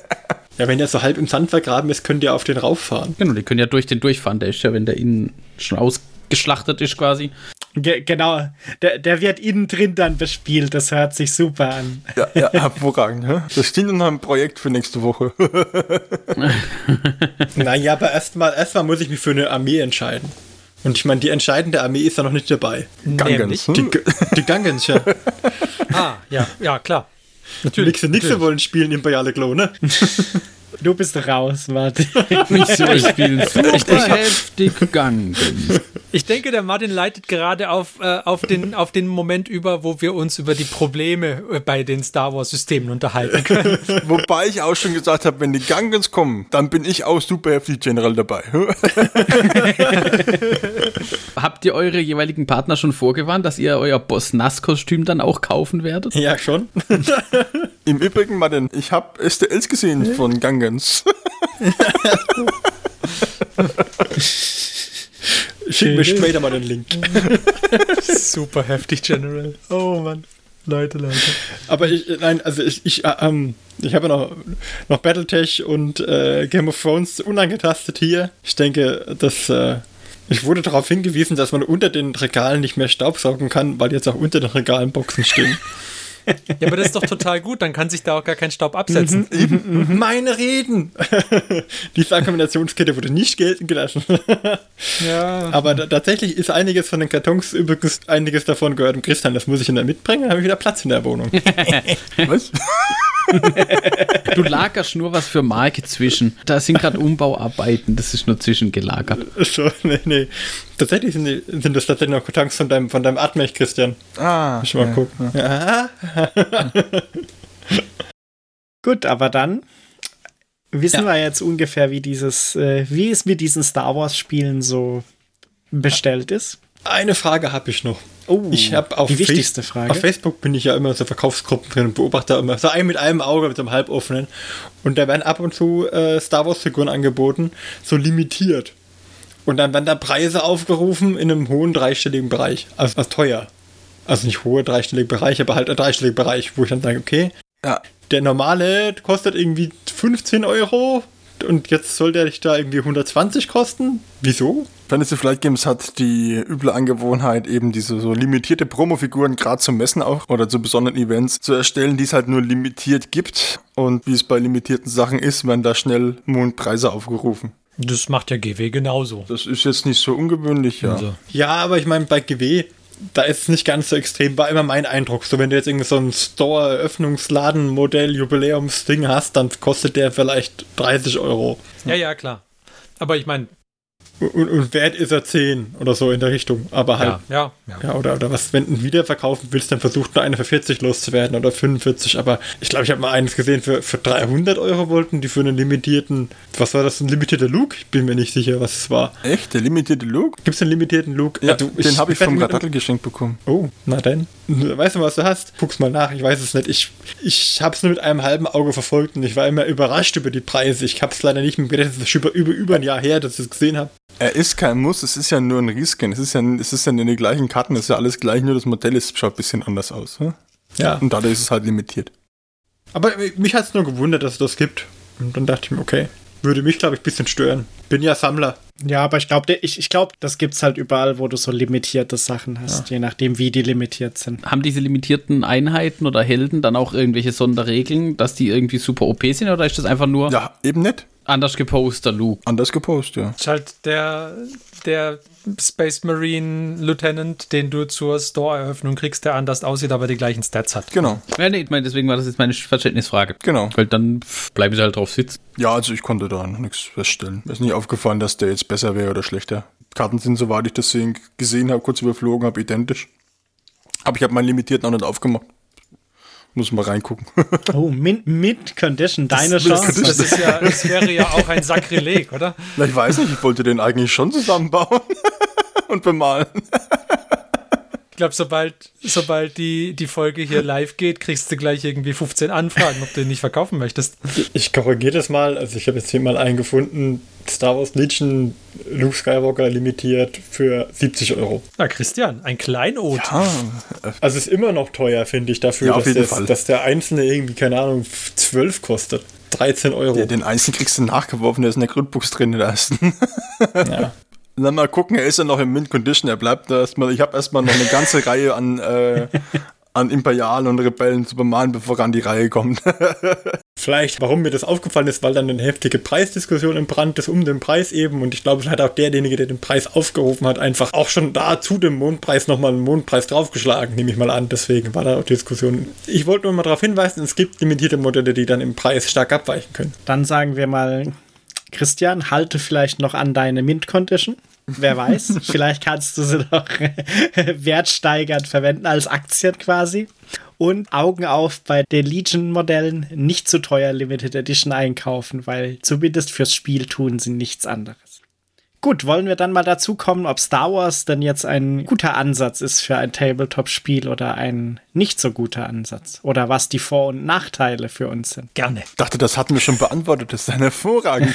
Ja, wenn der so halb im Sand vergraben ist, könnt ihr auf den rauffahren. Genau, die können ja durch den durchfahren. Der ist ja, wenn der innen schon ausgeschlachtet ist quasi. Ge- genau, der, der wird innen drin dann bespielt. Das hört sich super an. Ja, ja, hervorragend. Hä? Das steht noch ein Projekt für nächste Woche. Naja, aber erstmal erstmal muss ich mich für eine Armee entscheiden. Und ich meine, die entscheidende Armee ist da noch nicht dabei. Gangens. Die, die Gangens, ja. Ah, ja, ja, klar. Natürlich. Nix, nix wollen spielen Imperiale Klone. Du bist raus, Martin. Wir spielen super heftig Gangens. Ich denke, der Martin leitet gerade auf, äh, auf, den, auf den Moment über, wo wir uns über die Probleme äh, bei den Star Wars-Systemen unterhalten können. Wobei ich auch schon gesagt habe, wenn die Gangens kommen, dann bin ich auch super heftig General dabei. Habt ihr eure jeweiligen Partner schon vorgewarnt, dass ihr euer Boss-Nass-Kostüm dann auch kaufen werdet? Ja, schon. Im Übrigen, Martin, ich habe S T Ls gesehen von Gangens. Schick mir später mal den Link. Super heftig, General. Oh Mann. Leute, Leute. Aber ich, nein, also ich, ich, äh, ähm, ich habe noch, noch Battletech und äh, Game of Thrones unangetastet hier. Ich denke, dass äh, ich wurde darauf hingewiesen, dass man unter den Regalen nicht mehr staubsaugen kann, weil jetzt auch unter den Regalen Boxen stehen. Ja, aber das ist doch total gut, dann kann sich da auch gar kein Staub absetzen. Mhm, mhm, mhm. Meine Reden! Diese Argumentationskette wurde nicht gelten gelassen. Ja. Aber da, tatsächlich ist einiges von den Kartons, übrigens einiges davon gehört dem Christian, das muss ich in der mitbringen, dann habe ich wieder Platz in der Wohnung. Was? Du lagerst nur was für Marke zwischen. Da sind gerade Umbauarbeiten, das ist nur zwischengelagert. So, nee, nee. Tatsächlich sind, die, sind das tatsächlich noch Kartons von deinem, von deinem Atmech, Christian. Ah. Ich mal ja, gucken. ja. Ja. Gut, aber dann wissen Ja. wir jetzt ungefähr, wie dieses, äh, wie es mit diesen Star Wars Spielen so bestellt ist. Eine Frage habe ich noch. Oh, ich habe auf, die wichtigste Face- Frage. auf Facebook bin ich ja immer so Verkaufsgruppen drin und beobachte immer so ein mit einem Auge mit so einem halboffenen. Und da werden ab und zu äh, Star Wars Figuren angeboten, so limitiert. Und dann werden da Preise aufgerufen in einem hohen dreistelligen Bereich. Also, also teuer. Also nicht hoher dreistelliger Bereich, aber halt ein dreistelliger Bereich, wo ich dann sage, okay, Ja. der normale kostet irgendwie fünfzehn Euro und jetzt soll der dich da irgendwie hundertzwanzig kosten. Wieso? Fantasy Flight Games hat die üble Angewohnheit, eben diese so limitierte Promofiguren gerade zum Messen auch oder zu besonderen Events zu erstellen, die es halt nur limitiert gibt. Und wie es bei limitierten Sachen ist, werden da schnell Mondpreise aufgerufen. Das macht ja G W genauso. Das ist jetzt nicht so ungewöhnlich, ja. Also, Ja, aber ich meine, bei G W, da ist es nicht ganz so extrem, war immer mein Eindruck. So, wenn du jetzt irgendwie so ein Store-Eröffnungsladen-Modell, Jubiläumsding hast, dann kostet der vielleicht dreißig Euro. ja, ja, klar. Aber ich meine, Und, und wert ist er zehn oder so in der Richtung. Aber halt, ja, ja, ja. ja, oder, oder was, wenn du ihn wiederverkaufen willst, dann versucht nur eine für vierzig loszuwerden oder fünfundvierzig. Aber ich glaube, ich habe mal eines gesehen, für, für dreihundert Euro wollten die für einen limitierten, was war das, ein limitierter Luke? Ich bin mir nicht sicher, was es war. Echt? Der limitierte Luke? Gibt es einen limitierten Luke? Ja, du, den habe ich werd vom mit- Radattel geschenkt bekommen. Oh, na denn. Weißt du, was du hast? Guck's mal nach, ich weiß es nicht. Ich, ich habe es nur mit einem halben Auge verfolgt und ich war immer überrascht über die Preise. Ich habe es leider nicht mehr gedacht, das ist über, über, über ein Jahr her, dass ich es gesehen habe. Er ist kein Muss, es ist ja nur ein Reskin. Es ist ja, es ist ja in den gleichen Karten, es ist ja alles gleich, nur das Modell ist, schaut ein bisschen anders aus. Hm? Ja. Und dadurch ist es halt limitiert. Aber mich hat es nur gewundert, dass es das gibt. Und dann dachte ich mir, okay, würde mich, glaube ich, ein bisschen stören. Bin ja Sammler. Ja, aber ich glaube, ich, ich glaub, das gibt's halt überall, wo du so limitierte Sachen hast, je nachdem, wie die limitiert sind. Haben diese limitierten Einheiten oder Helden dann auch irgendwelche Sonderregeln, dass die irgendwie super O P sind oder ist das einfach nur Ja, eben nicht. anders gepostet, Luke? Anders gepostet, ja. Ist halt der, der Space Marine Lieutenant, den du zur Store-Eröffnung kriegst, der anders aussieht, aber die gleichen Stats hat. Genau, Ja, nee, ich meine, deswegen war das jetzt meine Verständnisfrage. genau. Weil dann pff, bleiben sie halt drauf sitzen. Ja, also ich konnte da noch nichts feststellen. Mir ist nicht aufgefallen, dass der jetzt besser wäre oder schlechter. Karten sind, soweit ich das sehen, gesehen habe, kurz überflogen habe, identisch. Aber ich habe meinen limitierten auch nicht aufgemacht. Muss mal reingucken. Oh, mit, mit Condition, deine Chance. Das, ist ja, das wäre ja auch ein Sakrileg, oder? Na, ich weiß nicht, ich wollte den eigentlich schon zusammenbauen und bemalen. Ich glaube, sobald, sobald die, die Folge hier live geht, kriegst du gleich irgendwie fünfzehn Anfragen, ob du ihn nicht verkaufen möchtest. Ich korrigiere das mal. Also ich habe jetzt hier mal einen gefunden. Star Wars Legion Luke Skywalker limitiert für siebzig Euro. Na, Christian, ein Kleinod. Ah, Also ist immer noch teuer, finde ich, dafür, Ja, auf dass, jeden das, Fall. dass der einzelne irgendwie, keine Ahnung, zwölf kostet. dreizehn Euro. ja, den Einzelnen kriegst du nachgeworfen, der ist in der Grundbox drin, der ersten. Ja. Dann mal gucken, er ist ja noch im Mint Condition, er bleibt da erstmal. Ich habe erstmal noch eine ganze Reihe an, äh, an Imperialen und Rebellen zu bemalen, bevor er an die Reihe kommt. Vielleicht, warum mir das aufgefallen ist, weil dann eine heftige Preisdiskussion im Brand ist um den Preis eben und ich glaube, es hat auch derjenige, der den Preis aufgerufen hat, einfach auch schon da zu dem Mondpreis nochmal einen Mondpreis draufgeschlagen, nehme ich mal an. Deswegen war da auch Diskussion. Ich wollte nur mal darauf hinweisen, es gibt limitierte Modelle, die dann im Preis stark abweichen können. Dann sagen wir mal, Christian, halte vielleicht noch an deine Mint-Condition. Wer weiß, vielleicht kannst du sie noch wertsteigernd verwenden als Aktien quasi. Und Augen auf bei den Legion-Modellen, nicht zu teuer Limited Edition einkaufen, weil zumindest fürs Spiel tun sie nichts anderes. Gut, wollen wir dann mal dazu kommen, ob Star Wars denn jetzt ein guter Ansatz ist für ein Tabletop-Spiel oder ein nicht so guter Ansatz? Oder was die Vor- und Nachteile für uns sind? Gerne. Ich dachte, das hatten wir schon beantwortet, das ist dann hervorragend.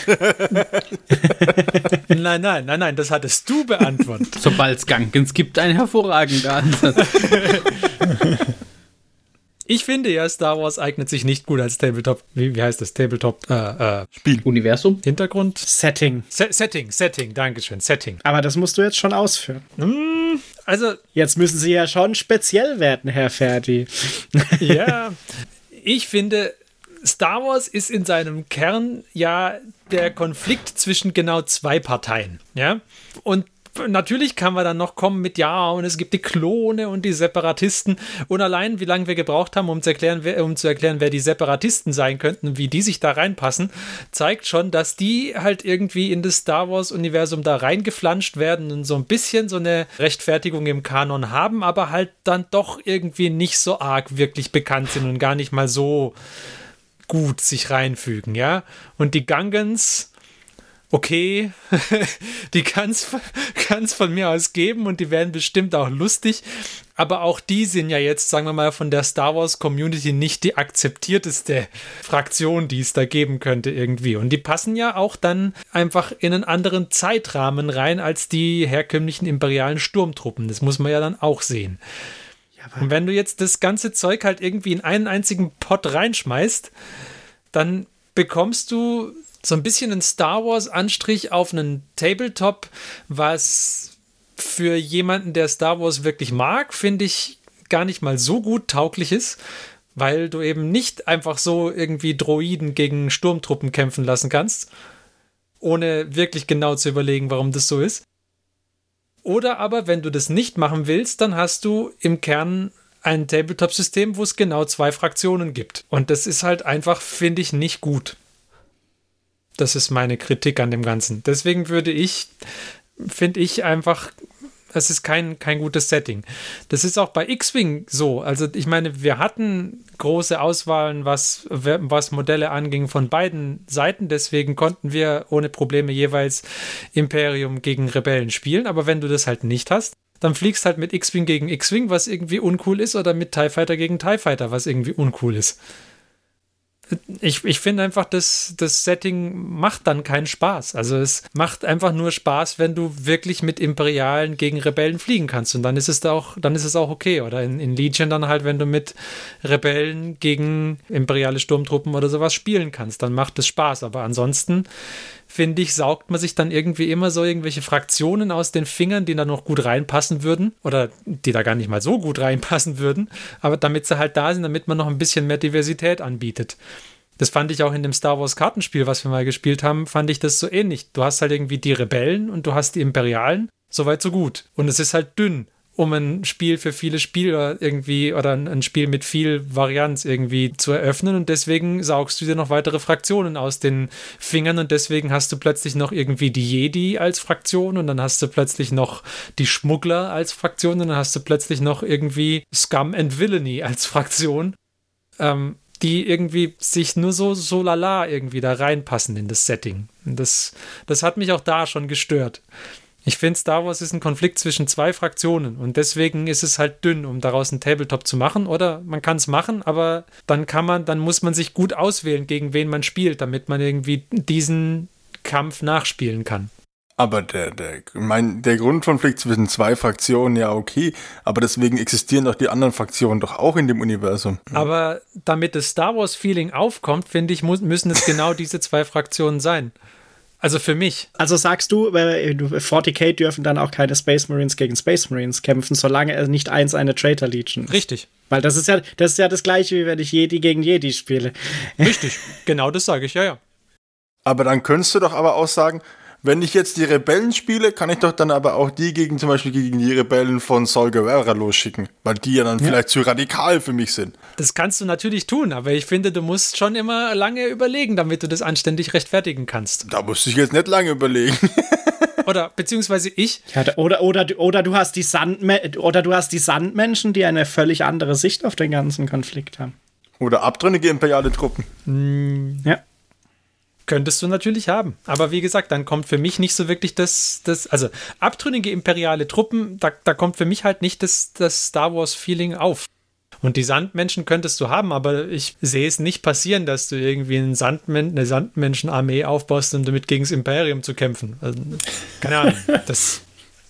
Nein, nein, nein, nein, das hattest du beantwortet. Sobald es Gankens gibt, ein hervorragender Ansatz. Ich finde ja, Star Wars eignet sich nicht gut als Tabletop. Wie, wie heißt das? Tabletop? Äh, äh, Universum? Hintergrund? Setting. Se- Setting, Setting, Dankeschön, Setting. Aber das musst du jetzt schon ausführen. Hm, Also, jetzt müssen Sie ja schon speziell werden, Herr Ferdi. Ja, ich finde, Star Wars ist in seinem Kern ja der Konflikt zwischen genau zwei Parteien, ja, und natürlich kann man dann noch kommen mit, ja, und es gibt die Klone und die Separatisten und allein, wie lange wir gebraucht haben, um zu erklären, wer, um zu erklären, wer die Separatisten sein könnten und wie die sich da reinpassen, zeigt schon, dass die halt irgendwie in das Star Wars-Universum da reingeflanscht werden und so ein bisschen so eine Rechtfertigung im Kanon haben, aber halt dann doch irgendwie nicht so arg wirklich bekannt sind und gar nicht mal so gut sich reinfügen, ja. Und die Gungans, okay, die kann es von mir aus geben und die werden bestimmt auch lustig, aber auch die sind ja jetzt, sagen wir mal, von der Star Wars Community nicht die akzeptierteste Fraktion, die es da geben könnte irgendwie. Und die passen ja auch dann einfach in einen anderen Zeitrahmen rein als die herkömmlichen imperialen Sturmtruppen. Das muss man ja dann auch sehen. Und wenn du jetzt das ganze Zeug halt irgendwie in einen einzigen Pot reinschmeißt, dann bekommst du so ein bisschen ein Star Wars-Anstrich auf einen Tabletop, was für jemanden, der Star Wars wirklich mag, finde ich gar nicht mal so gut tauglich ist, weil du eben nicht einfach so irgendwie Droiden gegen Sturmtruppen kämpfen lassen kannst, ohne wirklich genau zu überlegen, warum das so ist. Oder aber, wenn du das nicht machen willst, dann hast du im Kern ein Tabletop-System, wo es genau zwei Fraktionen gibt. Und das ist halt einfach, finde ich, nicht gut. Das ist meine Kritik an dem Ganzen. Deswegen würde ich, finde ich einfach, es ist kein, kein gutes Setting. Das ist auch bei X-Wing so. Also ich meine, wir hatten große Auswahlen, was, was Modelle anging von beiden Seiten. Deswegen konnten wir ohne Probleme jeweils Imperium gegen Rebellen spielen. Aber wenn du das halt nicht hast, dann fliegst halt mit X-Wing gegen X-Wing, was irgendwie uncool ist, oder mit TIE Fighter gegen TIE Fighter, was irgendwie uncool ist. Ich, ich finde einfach, das, das Setting macht dann keinen Spaß. Also es macht einfach nur Spaß, wenn du wirklich mit Imperialen gegen Rebellen fliegen kannst. Und dann ist es da auch, dann ist es auch okay. Oder in, in Legion dann halt, wenn du mit Rebellen gegen imperiale Sturmtruppen oder sowas spielen kannst, dann macht es Spaß. Aber ansonsten, finde ich, saugt man sich dann irgendwie immer so irgendwelche Fraktionen aus den Fingern, die da noch gut reinpassen würden oder die da gar nicht mal so gut reinpassen würden, aber damit sie halt da sind, damit man noch ein bisschen mehr Diversität anbietet. Das fand ich auch in dem Star Wars Kartenspiel, was wir mal gespielt haben, fand ich das so ähnlich. Du hast halt irgendwie die Rebellen und du hast die Imperialen, soweit so gut. Und es ist halt dünn, um ein Spiel für viele Spieler irgendwie oder ein Spiel mit viel Varianz irgendwie zu eröffnen, und deswegen saugst du dir noch weitere Fraktionen aus den Fingern und deswegen hast du plötzlich noch irgendwie die Jedi als Fraktion und dann hast du plötzlich noch die Schmuggler als Fraktion und dann hast du plötzlich noch irgendwie Scum and Villainy als Fraktion, ähm, die irgendwie sich nur so, so lala irgendwie da reinpassen in das Setting. Und das, das hat mich auch da schon gestört. Ich finde, Star Wars ist ein Konflikt zwischen zwei Fraktionen und deswegen ist es halt dünn, um daraus einen Tabletop zu machen. Oder man kann es machen, aber dann kann man, dann muss man sich gut auswählen, gegen wen man spielt, damit man irgendwie diesen Kampf nachspielen kann. Aber der, der, mein, der Grundkonflikt zwischen zwei Fraktionen, ja okay, aber deswegen existieren doch die anderen Fraktionen doch auch in dem Universum. Aber damit das Star Wars-Feeling aufkommt, finde ich, muss, müssen es genau diese zwei Fraktionen sein. Also für mich. Also sagst du, vierzig K dürfen dann auch keine Space Marines gegen Space Marines kämpfen, solange er nicht eins eine Traitor Legion ist. Richtig. Weil das ist ja das ist ja das Gleiche, wie wenn ich Jedi gegen Jedi spiele. Richtig, genau das sage ich, ja, ja. Aber dann könntest du doch aber auch sagen, wenn ich jetzt die Rebellen spiele, kann ich doch dann aber auch die gegen, zum Beispiel gegen die Rebellen von Saul Guerrera losschicken, weil die ja dann ja. vielleicht zu radikal für mich sind. Das kannst du natürlich tun, aber ich finde, du musst schon immer lange überlegen, damit du das anständig rechtfertigen kannst. Da musste ich jetzt nicht lange überlegen. Oder beziehungsweise ich. Ja, oder, oder, oder, du hast die Sandme- oder du hast die Sandmenschen, die eine völlig andere Sicht auf den ganzen Konflikt haben. Oder abtrünnige imperiale Truppen. Mm, ja. Könntest du natürlich haben. Aber wie gesagt, dann kommt für mich nicht so wirklich das, das also abtrünnige imperiale Truppen, da, da kommt für mich halt nicht das, das Star Wars-Feeling auf. Und die Sandmenschen könntest du haben, aber ich sehe es nicht passieren, dass du irgendwie einen Sandmen- eine Sandmenschen-Armee aufbaust, um damit gegen das Imperium zu kämpfen. Also, keine Ahnung. Das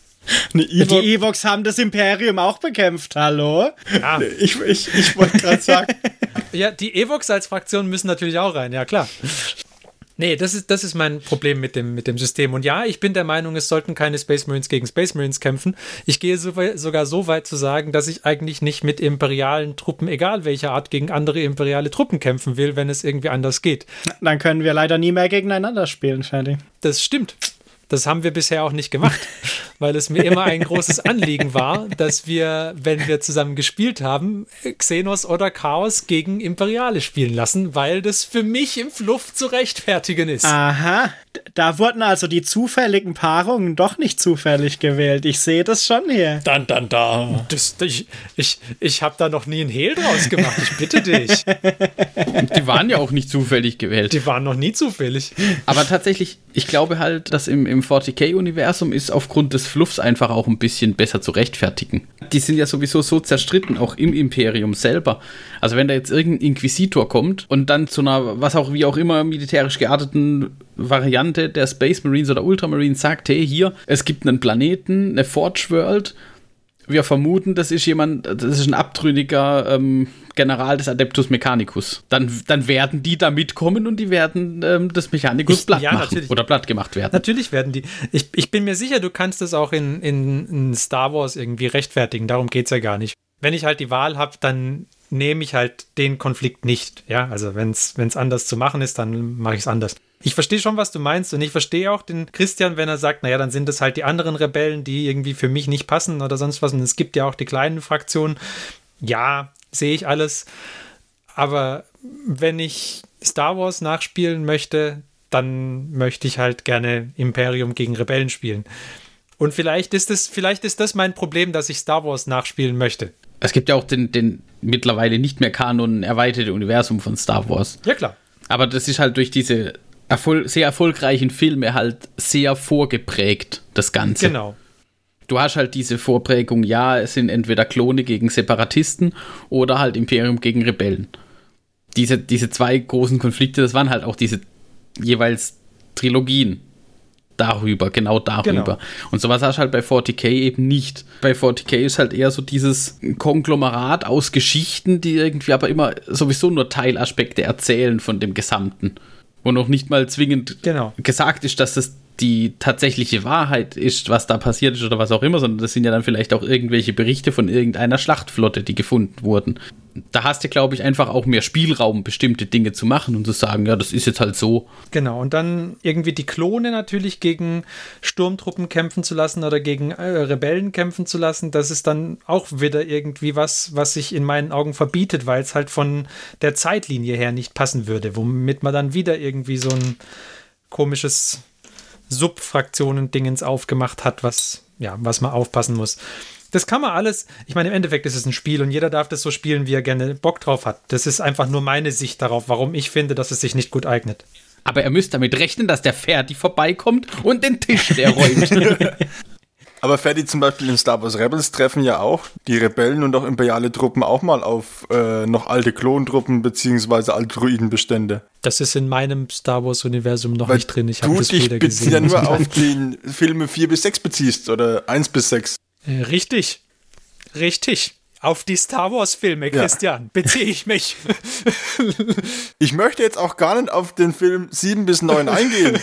Die Ewoks haben das Imperium auch bekämpft, hallo? Ja. Ich, ich, ich wollte gerade sagen. Ja, die Ewoks als Fraktion müssen natürlich auch rein, ja klar. Nee, das ist, das ist mein Problem mit dem, mit dem System. Und ja, ich bin der Meinung, es sollten keine Space Marines gegen Space Marines kämpfen. Ich gehe so weit, sogar so weit zu sagen, dass ich eigentlich nicht mit imperialen Truppen, egal welcher Art, gegen andere imperiale Truppen kämpfen will, wenn es irgendwie anders geht. Dann können wir leider nie mehr gegeneinander spielen, Ferdi. Das stimmt. Das haben wir bisher auch nicht gemacht, weil es mir immer ein großes Anliegen war, dass wir, wenn wir zusammen gespielt haben, Xenos oder Chaos gegen Imperiale spielen lassen, weil das für mich im Fluff zu rechtfertigen ist. Aha, da wurden also die zufälligen Paarungen doch nicht zufällig gewählt. Ich sehe das schon hier. Dann, dann, da. Das, ich ich, ich habe da noch nie einen Hehl draus gemacht, ich bitte dich. Die waren ja auch nicht zufällig gewählt. Die waren noch nie zufällig. Aber tatsächlich, ich glaube halt, dass im, im forty K-Universum ist aufgrund des Fluffs einfach auch ein bisschen besser zu rechtfertigen. Die sind ja sowieso so zerstritten, auch im Imperium selber. Also wenn da jetzt irgendein Inquisitor kommt und dann zu einer, was auch wie auch immer, militärisch gearteten Variante der Space Marines oder Ultramarines sagt, hey, hier, es gibt einen Planeten, eine Forge World, wir vermuten, das ist jemand, das ist ein abtrünniger ähm, General des Adeptus Mechanicus. Dann, dann werden die da mitkommen und die werden ähm, des Mechanicus ich, platt ja, machen natürlich. oder platt gemacht werden. Natürlich werden die. Ich, ich bin mir sicher, du kannst das auch in, in, in Star Wars irgendwie rechtfertigen. Darum geht es ja gar nicht. Wenn ich halt die Wahl habe, dann nehme ich halt den Konflikt nicht. Ja, also wenn es anders zu machen ist, dann mache ich es anders. Ich verstehe schon, was du meinst und ich verstehe auch den Christian, wenn er sagt, naja, dann sind es halt die anderen Rebellen, die irgendwie für mich nicht passen oder sonst was. Und es gibt ja auch die kleinen Fraktionen. Ja, sehe ich alles. Aber wenn ich Star Wars nachspielen möchte, dann möchte ich halt gerne Imperium gegen Rebellen spielen. Und vielleicht ist das, vielleicht ist das mein Problem, dass ich Star Wars nachspielen möchte. Es gibt ja auch den, den mittlerweile nicht mehr Kanon erweiterte Universum von Star Wars. Ja, klar. Aber das ist halt durch diese erfol- sehr erfolgreichen Filme halt sehr vorgeprägt, das Ganze. Genau. Du hast halt diese Vorprägung, ja, es sind entweder Klone gegen Separatisten oder halt Imperium gegen Rebellen. Diese, diese zwei großen Konflikte, das waren halt auch diese jeweils Trilogien. Darüber, genau darüber. Genau. Und sowas hast du halt bei forty K eben nicht. Bei forty K ist halt eher so dieses Konglomerat aus Geschichten, die irgendwie aber immer sowieso nur Teilaspekte erzählen von dem Gesamten. Wo noch nicht mal zwingend genau. gesagt ist, dass das die tatsächliche Wahrheit ist, was da passiert ist oder was auch immer, sondern das sind ja dann vielleicht auch irgendwelche Berichte von irgendeiner Schlachtflotte, die gefunden wurden. Da hast du, glaube ich, einfach auch mehr Spielraum, bestimmte Dinge zu machen und zu sagen, ja, das ist jetzt halt so. Genau, und dann irgendwie die Klone natürlich gegen Sturmtruppen kämpfen zu lassen oder gegen äh, Rebellen kämpfen zu lassen, das ist dann auch wieder irgendwie was, was sich in meinen Augen verbietet, weil es halt von der Zeitlinie her nicht passen würde, womit man dann wieder irgendwie so ein komisches Subfraktionen-Dingens aufgemacht hat, was, ja, was man aufpassen muss. Das kann man alles, ich meine, im Endeffekt ist es ein Spiel und jeder darf das so spielen, wie er gerne Bock drauf hat. Das ist einfach nur meine Sicht darauf, warum ich finde, dass es sich nicht gut eignet. Aber er müsste damit rechnen, dass der Ferdi vorbeikommt und den Tisch leer räumt. Aber Ferdi zum Beispiel in Star Wars Rebels treffen ja auch die Rebellen und auch imperiale Truppen auch mal auf äh, noch alte Klontruppen beziehungsweise alte Druidenbestände. Das ist in meinem Star Wars Universum noch Weil nicht drin. Ich habe das Du dich weder beziehst gesehen. ja nur auf die Filme vier bis sechs beziehst oder eins bis sechs. Richtig. Richtig. Auf die Star Wars Filme, Christian, ja. beziehe ich mich. Ich möchte jetzt auch gar nicht auf den Film sieben bis neun eingehen.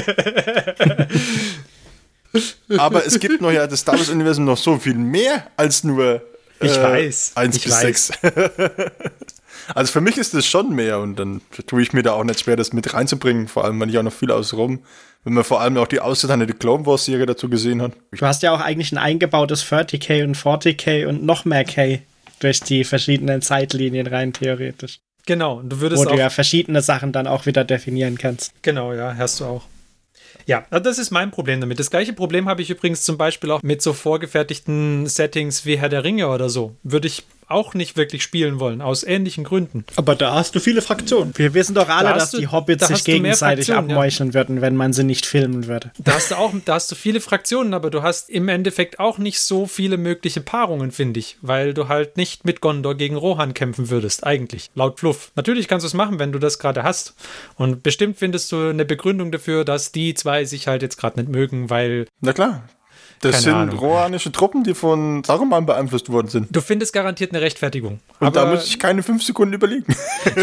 Aber es gibt noch ja das Star Wars Universum noch so viel mehr als nur äh, ich weiß, eins ich bis weiß. sechs. Also für mich ist das schon mehr und dann tue ich mir da auch nicht schwer, das mit reinzubringen, vor allem, wenn ich auch noch viel außenrum, wenn man vor allem auch die ausgeteilte Clone Wars Serie dazu gesehen hat. Du hast ja auch eigentlich ein eingebautes thirty K und forty K und noch mehr K durch die verschiedenen Zeitlinien rein theoretisch. Genau, und du würdest Wo auch... du ja verschiedene Sachen dann auch wieder definieren kannst. Genau, ja, hast du auch. Ja, das ist mein Problem damit. Das gleiche Problem habe ich übrigens zum Beispiel auch mit so vorgefertigten Settings wie Herr der Ringe oder so. Würde ich auch nicht wirklich spielen wollen, aus ähnlichen Gründen. Aber da hast du viele Fraktionen. Wir wissen doch alle, Da dass hast du- die Hobbits da sich hast du mehr gegenseitig Fraktionen, ja. abmeucheln würden, wenn man sie nicht filmen würde. Da hast du auch, da hast du viele Fraktionen, aber du hast im Endeffekt auch nicht so viele mögliche Paarungen, finde ich, weil du halt nicht mit Gondor gegen Rohan kämpfen würdest, eigentlich, laut Fluff. Natürlich kannst du es machen, wenn du das gerade hast. Und bestimmt findest du eine Begründung dafür, dass die zwei sich halt jetzt gerade nicht mögen, weil Na klar. Das Keine sind Ahnung. rohanische Truppen, die von Saruman beeinflusst worden sind. Du findest garantiert eine Rechtfertigung. Und aber da muss ich keine fünf Sekunden überlegen.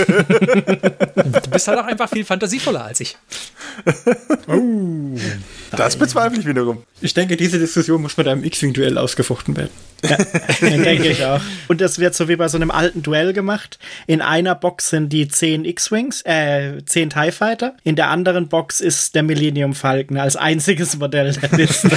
du bist halt auch einfach viel fantasievoller als ich. Oh, das bezweifle ich wiederum. Ich denke, diese Diskussion muss mit einem X-Wing-Duell ausgefochten werden. Ja, denke ich auch. Und das wird so wie bei so einem alten Duell gemacht. In einer Box sind die zehn X-Wings, äh, zehn TIE Fighter. In der anderen Box ist der Millennium Falcon als einziges Modell der Liste.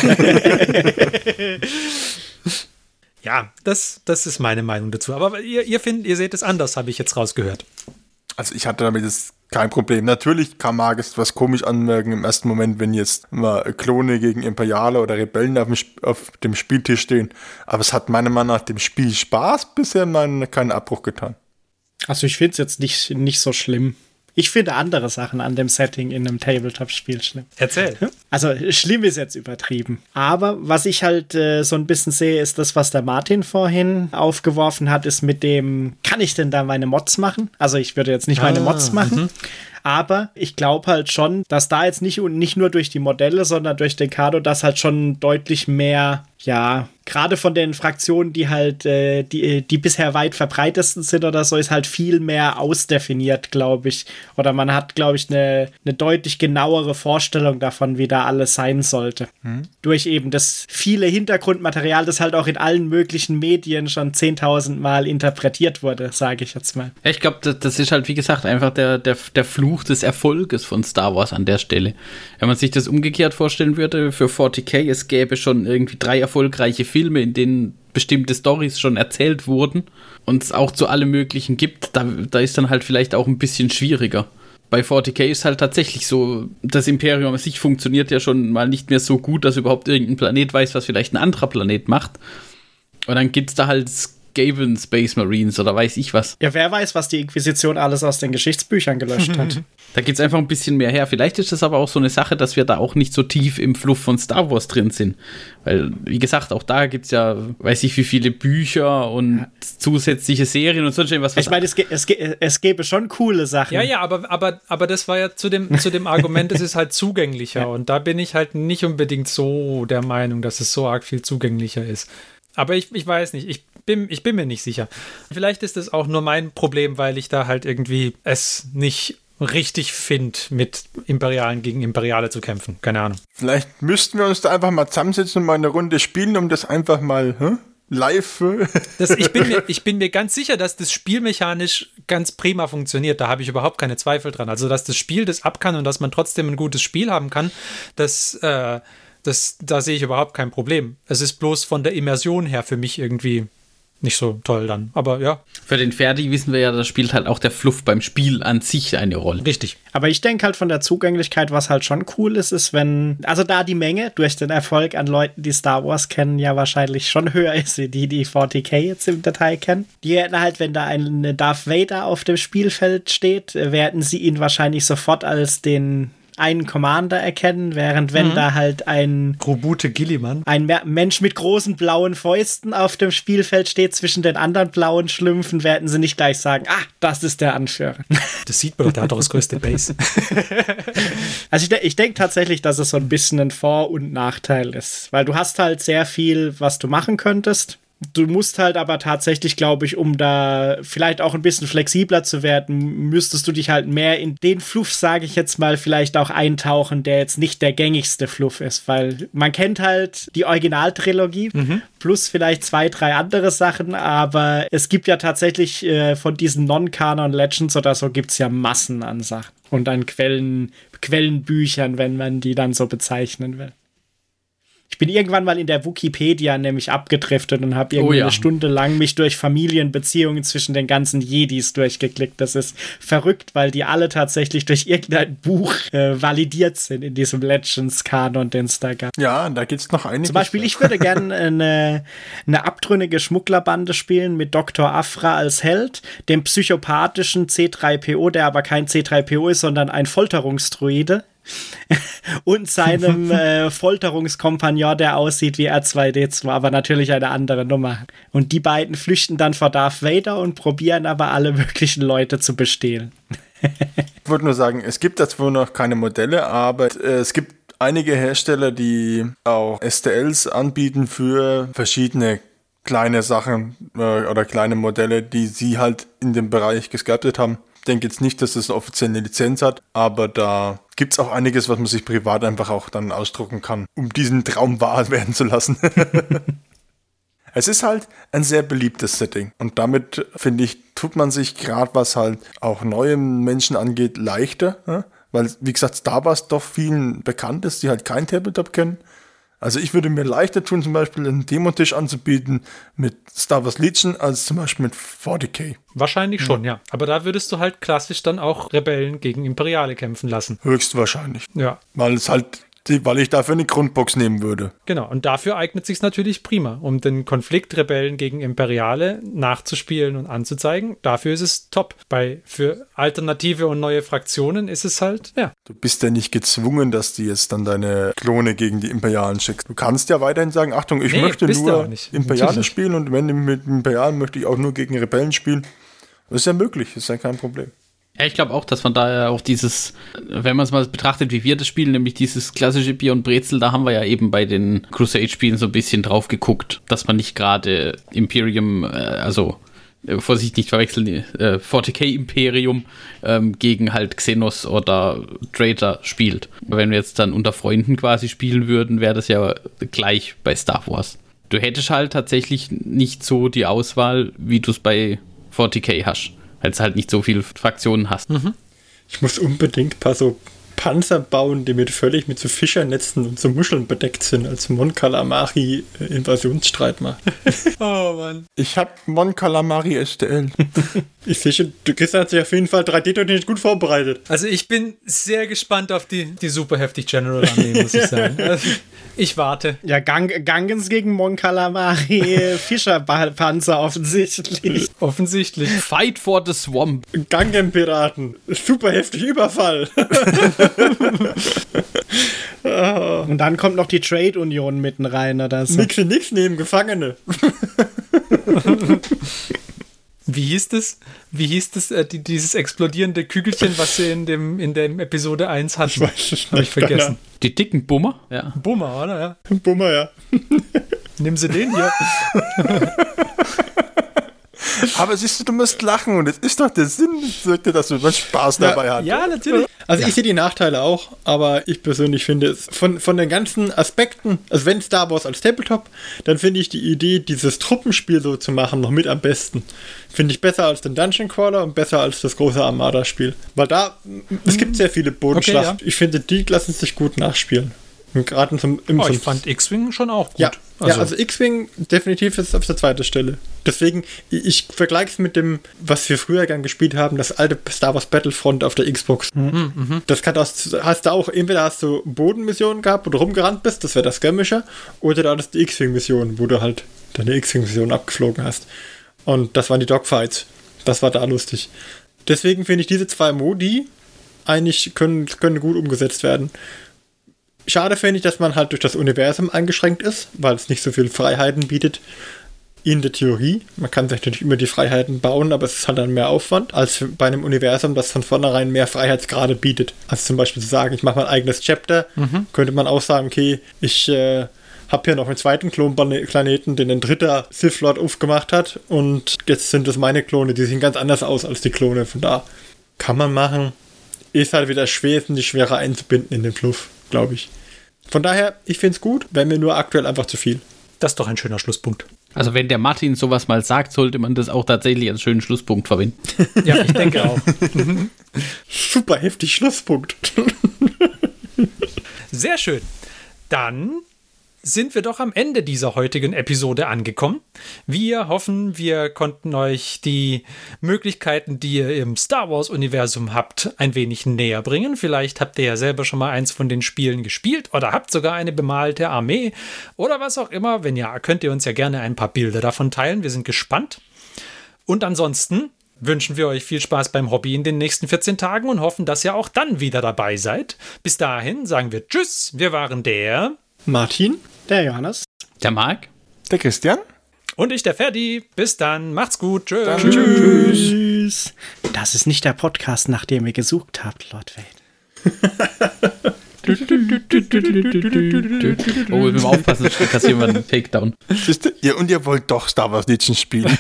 Ja, das, das ist meine Meinung dazu. Aber ihr, ihr findet, ihr seht es anders, habe ich jetzt rausgehört. Also ich hatte damit jetzt kein Problem. Natürlich kann Magist was komisch anmerken im ersten Moment, wenn jetzt mal Klone gegen Imperiale oder Rebellen auf dem, Sp- auf dem Spieltisch stehen. Aber es hat meiner Meinung nach dem Spiel Spaß bisher mal keinen Abbruch getan. Also ich finde es jetzt nicht, nicht so schlimm. Ich finde andere Sachen an dem Setting in einem Tabletop-Spiel schlimm. Erzähl. Also schlimm ist jetzt übertrieben. Aber was ich halt äh, so ein bisschen sehe, ist das, was der Martin vorhin aufgeworfen hat, ist mit dem, kann ich denn da meine Mods machen? Also ich würde jetzt nicht meine Ah, Mods machen. mhm. Aber ich glaube halt schon, dass da jetzt nicht, nicht nur durch die Modelle, sondern durch den Kado, das halt schon deutlich mehr, ja, gerade von den Fraktionen, die halt, äh, die, die bisher weit verbreitetsten sind oder so, ist halt viel mehr ausdefiniert, glaube ich. Oder man hat, glaube ich, eine, eine deutlich genauere Vorstellung davon, wie da alles sein sollte. Hm. Durch eben das viele Hintergrundmaterial, das halt auch in allen möglichen Medien schon zehntausend Mal interpretiert wurde, sage ich jetzt mal. Ja, ich glaube, das, das ist halt, wie gesagt, einfach der, der, der Fluch des Erfolges von Star Wars an der Stelle. Wenn man sich das umgekehrt vorstellen würde, für forty K, es gäbe schon irgendwie drei erfolgreiche Filme, in denen bestimmte Storys schon erzählt wurden und es auch zu allem Möglichen gibt, da, da ist dann halt vielleicht auch ein bisschen schwieriger. Bei forty K ist halt tatsächlich so, das Imperium an sich funktioniert ja schon mal nicht mehr so gut, dass überhaupt irgendein Planet weiß, was vielleicht ein anderer Planet macht. Und dann gibt's da halt Skaven Space Marines oder weiß ich was. Ja, wer weiß, was die Inquisition alles aus den Geschichtsbüchern gelöscht hat. Da geht's einfach ein bisschen mehr her. Vielleicht ist das aber auch so eine Sache, dass wir da auch nicht so tief im Fluff von Star Wars drin sind. Weil, wie gesagt, auch da gibt's ja, weiß ich wie viele Bücher und ja. zusätzliche Serien und sonst irgendwas. Ich meine, es, es, es gäbe schon coole Sachen. Ja, ja, aber, aber, aber das war ja zu dem, zu dem Argument, es ist halt zugänglicher. Ja. Und da bin ich halt nicht unbedingt so der Meinung, dass es so arg viel zugänglicher ist. Aber ich, ich weiß nicht, ich bin, ich bin mir nicht sicher. Vielleicht ist es auch nur mein Problem, weil ich da halt irgendwie es nicht richtig finde, mit Imperialen gegen Imperiale zu kämpfen. Keine Ahnung. Vielleicht müssten wir uns da einfach mal zusammensetzen und mal eine Runde spielen, um das einfach mal hä? live. Das, ich, bin mir, ich bin mir ganz sicher, dass das spielmechanisch ganz prima funktioniert. Da habe ich überhaupt keine Zweifel dran. Also, dass das Spiel das ab kann und dass man trotzdem ein gutes Spiel haben kann, das, äh, das, da sehe ich überhaupt kein Problem. Es ist bloß von der Immersion her für mich irgendwie nicht so toll dann, aber ja. Für den Ferdi wissen wir ja, da spielt halt auch der Fluff beim Spiel an sich eine Rolle. Richtig. Aber ich denke halt von der Zugänglichkeit, was halt schon cool ist, ist, wenn, also da die Menge durch den Erfolg an Leuten, die Star Wars kennen, ja wahrscheinlich schon höher ist, wie die, die forty K jetzt im Detail kennen. Die hätten halt, wenn da ein Darth Vader auf dem Spielfeld steht, werden sie ihn wahrscheinlich sofort als den einen Commander erkennen, während wenn mhm. da halt ein Robute Gilliman, ein Mensch mit großen blauen Fäusten auf dem Spielfeld steht zwischen den anderen blauen Schlümpfen, werden sie nicht gleich sagen, ah, das ist der Anführer. Das sieht man doch, der hat doch das größte Base. Also ich, de- ich denke tatsächlich, dass es so ein bisschen ein Vor- und Nachteil ist, weil du hast halt sehr viel, was du machen könntest. Du musst halt aber tatsächlich, glaube ich, um da vielleicht auch ein bisschen flexibler zu werden, müsstest du dich halt mehr in den Fluff, sage ich jetzt mal, vielleicht auch eintauchen, der jetzt nicht der gängigste Fluff ist, weil man kennt halt die Originaltrilogie mhm. plus vielleicht zwei, drei andere Sachen, aber es gibt ja tatsächlich äh, von diesen Non-Canon-Legends oder so gibt's ja Massen an Sachen und an Quellen, Quellenbüchern, wenn man die dann so bezeichnen will. Ich bin irgendwann mal in der Wikipedia nämlich abgedriftet und habe irgendwie oh ja. eine Stunde lang mich durch Familienbeziehungen zwischen den ganzen Jedis durchgeklickt. Das ist verrückt, weil die alle tatsächlich durch irgendein Buch äh, validiert sind in diesem Legends-Kanon, den es da gab. Ja, da gibt's noch einiges. Zum Beispiel, ich würde gerne eine, eine abtrünnige Schmugglerbande spielen mit Doktor Aphra als Held, dem psychopathischen C drei P O, der aber kein C drei P O ist, sondern ein Folterungsdruide. Und seinem äh, Folterungskompagnon, der aussieht wie R zwei D zwei, aber natürlich eine andere Nummer. Und die beiden flüchten dann vor Darth Vader und probieren aber alle möglichen Leute zu bestehlen. Ich wollte nur sagen, es gibt dazu noch keine Modelle, aber äh, es gibt einige Hersteller, die auch S T Ls anbieten für verschiedene kleine Sachen äh, oder kleine Modelle, die sie halt in dem Bereich gesculptet haben. Ich denke jetzt nicht, dass das eine offizielle Lizenz hat, aber da gibt es auch einiges, was man sich privat einfach auch dann ausdrucken kann, um diesen Traum wahr werden zu lassen. Es ist halt ein sehr beliebtes Setting und damit, finde ich, tut man sich gerade, was halt auch neue Menschen angeht, leichter, ja? Weil, wie gesagt, Star Wars doch vielen bekannt ist, die halt kein Tabletop kennen. Also ich würde mir leichter tun, zum Beispiel einen Demotisch anzubieten mit Star Wars Legion, als zum Beispiel mit forty K. Wahrscheinlich schon, ja. Aber da würdest du halt klassisch dann auch Rebellen gegen Imperiale kämpfen lassen. Höchstwahrscheinlich. Ja. Weil es halt, die, weil ich dafür eine Grundbox nehmen würde. Genau, und dafür eignet sich natürlich prima, um den Konflikt Rebellen gegen Imperiale nachzuspielen und anzuzeigen. Dafür ist es top. Bei, für alternative und neue Fraktionen ist es halt, ja. Du bist ja nicht gezwungen, dass du jetzt dann deine Klone gegen die Imperialen schickst. Du kannst ja weiterhin sagen, Achtung, ich Nee, möchte bist du nur auch nicht. Imperiale Natürlich. spielen und wenn mit Imperialen möchte ich auch nur gegen Rebellen spielen. Das ist ja möglich, das ist ja kein Problem. Ja, ich glaube auch, dass man da ja auch dieses, wenn man es mal betrachtet, wie wir das spielen, nämlich dieses klassische Bier und Brezel, da haben wir ja eben bei den Crusade-Spielen so ein bisschen drauf geguckt, dass man nicht gerade Imperium, äh, also äh, Vorsicht, nicht verwechseln, äh, forty K Imperium ähm, gegen halt Xenos oder Traitor spielt. Aber wenn wir jetzt dann unter Freunden quasi spielen würden, wäre das ja gleich bei Star Wars. Du hättest halt tatsächlich nicht so die Auswahl, wie du es bei forty K hast. Weil du halt nicht so viele Fraktionen hast. Mhm. Ich muss unbedingt ein paar so Panzer bauen, die mit völlig mit so Fischernetzen und so Muscheln bedeckt sind, als Mon Calamari äh, Invasionsstreit machen. Oh Mann. Ich habe Mon Calamari S T L. Ich sehe schon, du Christian hat sich auf jeden Fall drei D-technisch gut vorbereitet. Also ich bin sehr gespannt auf die, die super heftig General Armee, muss ich sagen. Also ich warte. Ja, Gang, Gangens gegen Mon Calamari, Fischerpanzer offensichtlich. Offensichtlich. Fight for the Swamp. Gangen-Piraten. Super heftig Überfall. Und dann kommt noch die Trade-Union mitten rein oder so. Nix in nix nehmen, Gefangene. Wie hieß das? Wie hieß das, äh, die, dieses explodierende Kügelchen, was sie in dem in dem Episode eins hatten? Ich weiß es nicht. Habe ich vergessen. Die dicken Bummer? Ja. Bummer, oder? Ja. Bummer, ja. Nimm sie den hier. Aber siehst du, du musst lachen und es ist doch der Sinn, dass man Spaß dabei hat. Ja, natürlich. Also ich sehe die Nachteile auch, aber ich persönlich finde es von, von den ganzen Aspekten, also wenn Star Wars als Tabletop, dann finde ich die Idee, dieses Truppenspiel so zu machen, noch mit am besten. Finde ich besser als den Dungeon Crawler und besser als das große Armada-Spiel. Weil da, es gibt sehr viele Bodenschlachten. Okay, ja. Ich finde, die lassen sich gut nachspielen. Und gerade zum, im Oh, zum ich fand X-Wing schon auch gut. Ja, also, ja, also X-Wing definitiv ist auf der zweiten Stelle. Deswegen, ich, ich vergleiche es mit dem, was wir früher gern gespielt haben, das alte Star Wars Battlefront auf der Xbox. Mhm, mh. Das kann aus, hast du auch, entweder hast du Bodenmissionen gehabt, wo du rumgerannt bist, das wäre das Skirmisher, oder du hattest die X-Wing-Mission, wo du halt deine X-Wing-Mission abgeflogen hast. Und das waren die Dogfights. Das war da lustig. Deswegen finde ich, diese zwei Modi eigentlich können, können gut umgesetzt werden. Schade finde ich, dass man halt durch das Universum eingeschränkt ist, weil es nicht so viele Freiheiten bietet in der Theorie. Man kann sich natürlich immer die Freiheiten bauen, aber es ist halt dann mehr Aufwand, als bei einem Universum, das von vornherein mehr Freiheitsgrade bietet. Also zum Beispiel zu sagen, ich mache mein eigenes Chapter, mhm. könnte man auch sagen, okay, ich äh, habe hier noch einen zweiten Klonplaneten, den ein dritter Sith Lord aufgemacht hat und jetzt sind das meine Klone, die sehen ganz anders aus als die Klone von da. Kann man machen, ist halt wieder schwer, ist nicht schwerer einzubinden in den Fluff, glaube ich. Von daher, ich finde es gut, wäre mir nur aktuell einfach zu viel. Das ist doch ein schöner Schlusspunkt. Also wenn der Martin sowas mal sagt, sollte man das auch tatsächlich als schönen Schlusspunkt verwenden. Ja, ich denke auch. Super heftig Schlusspunkt. Sehr schön. Dann sind wir doch am Ende dieser heutigen Episode angekommen. Wir hoffen, wir konnten euch die Möglichkeiten, die ihr im Star Wars-Universum habt, ein wenig näher bringen. Vielleicht habt ihr ja selber schon mal eins von den Spielen gespielt oder habt sogar eine bemalte Armee oder was auch immer. Wenn ja, könnt ihr uns ja gerne ein paar Bilder davon teilen. Wir sind gespannt. Und ansonsten wünschen wir euch viel Spaß beim Hobby in den nächsten vierzehn Tagen und hoffen, dass ihr auch dann wieder dabei seid. Bis dahin sagen wir Tschüss. Wir waren der Martin, der Johannes, der Marc, der Christian und ich, der Ferdi. Bis dann. Macht's gut. Tschüss. Dann tschüss. Das ist nicht der Podcast, nach dem ihr gesucht habt, Lord Vader. Oh, wir müssen aufpassen, sonst kassieren wir einen Takedown. Ja, und ihr wollt doch Star Wars Liedchen spielen.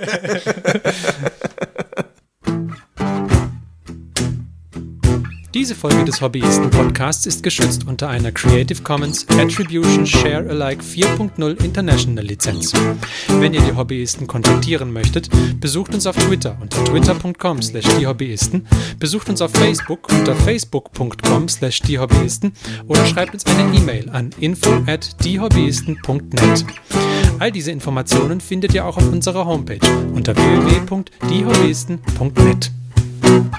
Diese Folge des Hobbyisten-Podcasts ist geschützt unter einer Creative Commons Attribution Share Alike vier Punkt null International Lizenz. Wenn ihr die Hobbyisten kontaktieren möchtet, besucht uns auf Twitter unter twitter punkt com slash die Hobbyisten, besucht uns auf Facebook unter facebook punkt com slash die Hobbyisten oder schreibt uns eine E-Mail an info at diehobbyisten punkt net. All diese Informationen findet ihr auch auf unserer Homepage unter w w w punkt die hobbyisten punkt net.